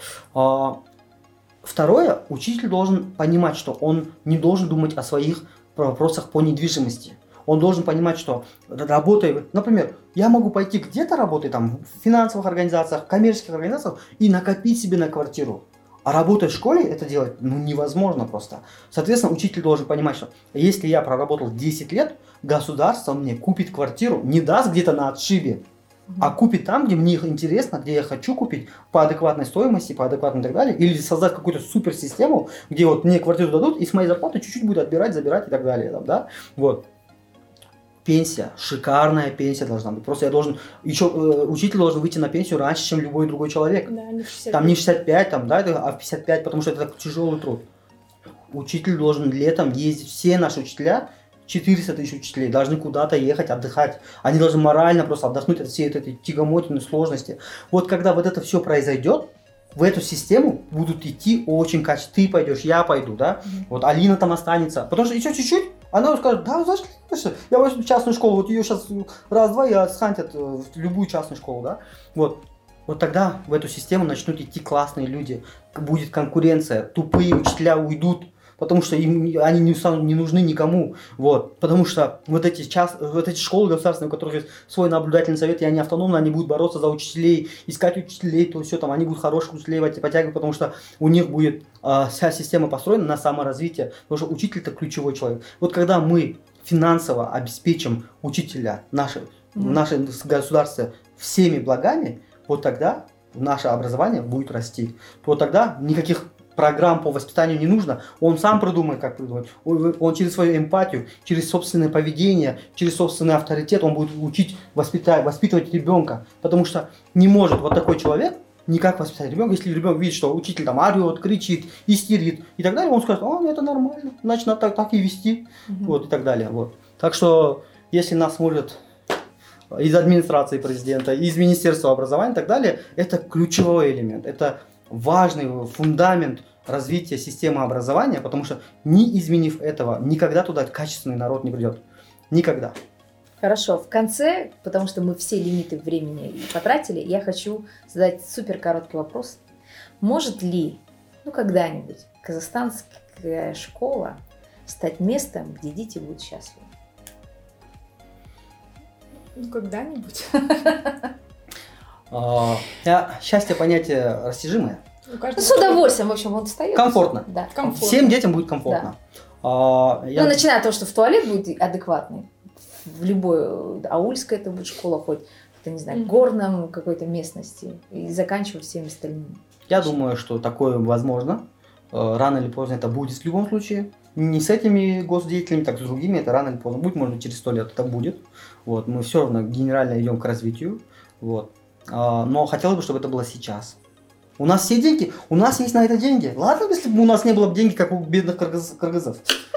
Второе, учитель должен понимать, что он не должен думать о своих вопросах по недвижимости. Он должен понимать, что работая, например, я могу пойти где-то работать там, в финансовых организациях, коммерческих организациях и накопить себе на квартиру. А работая в школе это делать невозможно просто. Соответственно, учитель должен понимать, что если я проработал 10 лет, государство мне купит квартиру, не даст где-то на отшибе, а купит там, где мне интересно, где я хочу купить по адекватной стоимости, по адекватной и так далее. Или создать какую-то суперсистему, где вот мне квартиру дадут и с моей зарплаты чуть-чуть будет отбирать, забирать и так далее. Там, да? Вот. Пенсия, шикарная пенсия должна быть. Просто учитель должен выйти на пенсию раньше, чем любой другой человек. Да, не 65. Там не 65, там, да, а в 55, потому что это так тяжелый труд. Учитель должен летом ездить, все наши учителя, 400 тысяч учителей, должны куда-то ехать, отдыхать. Они должны морально просто отдохнуть от всей этой тягомотины, сложности. Вот когда вот это все произойдет, в эту систему будут идти очень качественно. Ты пойдешь, я пойду, да? Вот Алина там останется. Потому что еще чуть-чуть, она скажет, да, зашли, я возьму частную школу, вот ее сейчас раз-два и отсхантят в любую частную школу, да? Вот тогда в эту систему начнут идти классные люди, будет конкуренция, тупые учителя уйдут, потому что они не нужны никому, вот, потому что вот эти школы государственные, у которых есть свой наблюдательный совет, и они автономно, они будут бороться за учителей, искать учителей, то все там, они будут хороших учителей подтягивать, потому что у них будет вся система построена на саморазвитие, потому что учитель это ключевой человек. Вот когда мы финансово обеспечим учителя в нашем государстве всеми благами, вот тогда наше образование будет расти. Вот тогда никаких программ по воспитанию не нужно, он сам придумает, как придумать. Он через свою эмпатию, через собственное поведение, через собственный авторитет, он будет учить воспитывать ребенка. Потому что не может вот такой человек никак воспитать ребенка, если ребенок видит, что учитель там орет, кричит, истерит и так далее, он скажет, это нормально, значит надо так и вести, вот и так далее. Вот. Так что, если нас может из администрации президента, из Министерства образования и так далее, это ключевой элемент, это важный фундамент развития системы образования, потому что не изменив этого, никогда туда качественный народ не придет. Никогда. Хорошо, в конце, потому что мы все лимиты времени потратили, я хочу задать супер короткий вопрос. Может ли, когда-нибудь казахстанская школа стать местом, где дети будут счастливы? Когда-нибудь. Счастье понятие растяжимое. С удовольствием, в общем, он встает. Комфортно. Да. Всем детям будет комфортно. Начиная от того, что в туалет будет адекватный. В любой аульской это будет школа, хоть, не знаю, горном какой-то местности. И заканчивая всеми остальными. Я думаю, что такое возможно. Рано или поздно это будет в любом случае. Не с этими госдеятелями, так и с другими. Это рано или поздно будет. Может быть, через 100 лет это будет. Вот. Мы все равно генерально идем к развитию. Вот. Но хотелось бы, чтобы это было сейчас. У нас все деньги, у нас есть на это деньги. Ладно, если бы у нас не было бы денег, как у бедных кыргызов.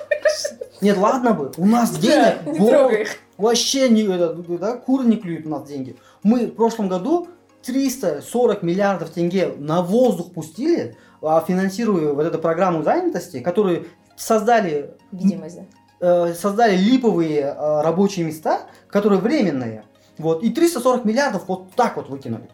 Нет, ладно бы, у нас денег. Не трогай их. Вообще куры не клюют у нас деньги. Мы в прошлом году 340 миллиардов тенге на воздух пустили, финансируя вот эту программу занятости, которую создали, видимость, да? Создали липовые рабочие места, которые временные. Вот, и 340 миллиардов вот так вот выкинули.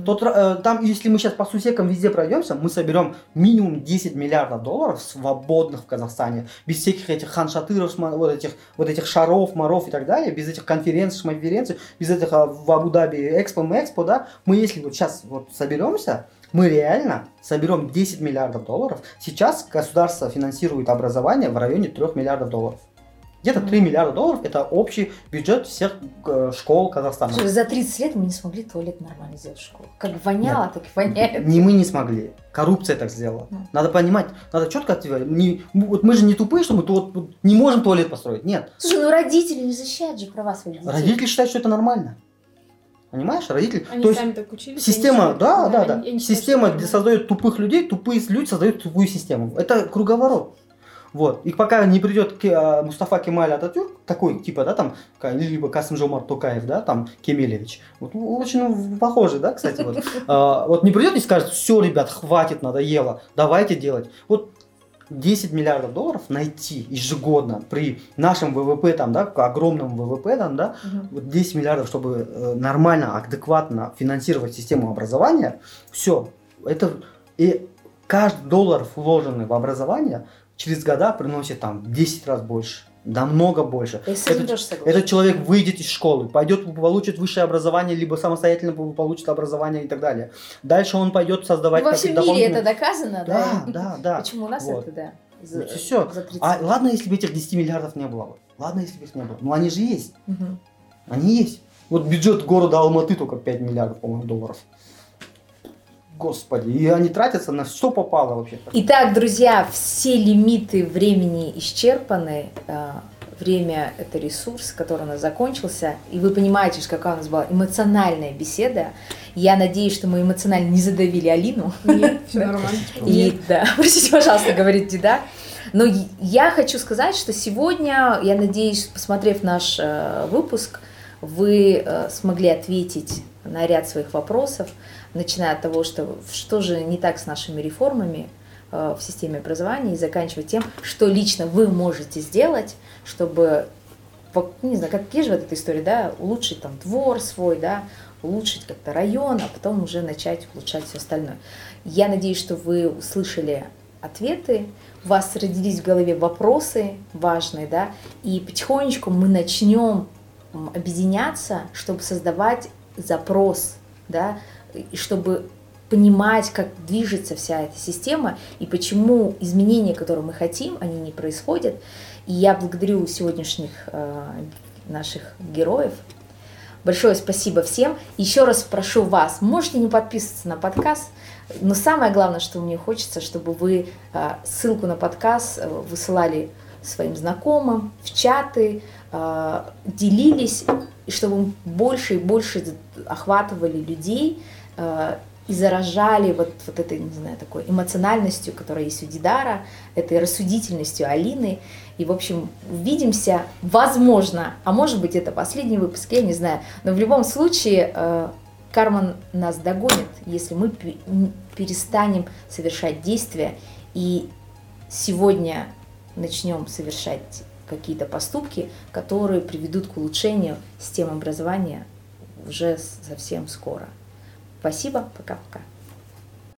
Там, если мы сейчас по сусекам везде пройдемся, мы соберем минимум 10 миллиардов долларов свободных в Казахстане, без всяких этих ханшатыров, вот этих шаров, моров и так далее, без этих конференций, без этих в Абу-Даби экспо, да, мы если вот сейчас вот соберемся, мы реально соберем 10 миллиардов долларов. Сейчас государство финансирует образование в районе 3 миллиардов долларов. Где-то 3 миллиарда долларов – это общий бюджет всех школ Казахстана. Слушай, за 30 лет мы не смогли туалет нормально сделать в школу. Как воняло, так и воняет. Не мы не смогли. Коррупция так сделала. Надо понимать, надо четко отвечать. Вот мы же не тупые, что мы не можем туалет построить. Нет. Слушай, родители не защищают же права своих детей. Родители считают, что это нормально. Понимаешь, родители. Они то есть сами так учились. Система, да. Система, где создает тупых людей, тупые люди создают тупую систему. Это круговорот. Вот. И пока не придет Мустафа Кемаль Ататюрк, такой типа, да, там, либо Касым-Жомарт Токаев, да, там, Кемелевич. Вот, очень похожий, да, кстати. Вот. Вот не придет и скажет, все, ребят, хватит, надоело, давайте делать. Вот 10 миллиардов долларов найти ежегодно при нашем ВВП, там, да, огромном ВВП, там, да, вот 10 миллиардов, чтобы нормально, адекватно финансировать систему образования, все. Это, и каждый доллар, вложенный в образование, через года приносит там 10 раз больше, намного больше. Этот человек выйдет из школы, пойдет, получит высшее образование, либо самостоятельно получит образование и так далее. Дальше он пойдет создавать... Во всем мире это доказано, да? Да. Почему у нас вот. это, да? Все. Ладно, если бы этих 10 миллиардов не было. Ладно, если бы их не было. Но они же есть. Они есть. Вот бюджет города Алматы только 5 миллиардов, по-моему, долларов. Господи, и они тратятся на что попало вообще. Итак, друзья, все лимиты времени исчерпаны. Время – это ресурс, который у нас закончился. И вы понимаете, что какая у нас была эмоциональная беседа. Я надеюсь, что мы эмоционально не задавили Алину. Нет, все нормально. И да, простите, пожалуйста, говорите, да. Но я хочу сказать, что сегодня, я надеюсь, посмотрев наш выпуск, вы смогли ответить на ряд своих вопросов, начиная от того, что же не так с нашими реформами в системе образования, и заканчивая тем, что лично вы можете сделать, чтобы, не знаю, какие же вот эта история, да, улучшить там двор свой, да, улучшить как-то район, а потом уже начать улучшать все остальное. Я надеюсь, что вы услышали ответы, у вас родились в голове вопросы важные, да, и потихонечку мы начнем объединяться, чтобы создавать запрос, да, и чтобы понимать, как движется вся эта система и почему изменения, которые мы хотим, они не происходят. И я благодарю сегодняшних наших героев. Большое спасибо всем. Еще раз прошу вас, можете не подписываться на подкаст, но самое главное, что мне хочется, чтобы вы ссылку на подкаст высылали своим знакомым, в чаты, делились, и чтобы больше и больше охватывали людей и заражали вот этой, не знаю, такой эмоциональностью, которая есть у Дидара, этой рассудительностью Алины. И, в общем, увидимся, возможно, а может быть, это последний выпуск, я не знаю, но в любом случае карма нас догонит, если мы перестанем совершать действия и сегодня начнем совершать какие-то поступки, которые приведут к улучшению системы образования уже совсем скоро. Спасибо, пока-пока.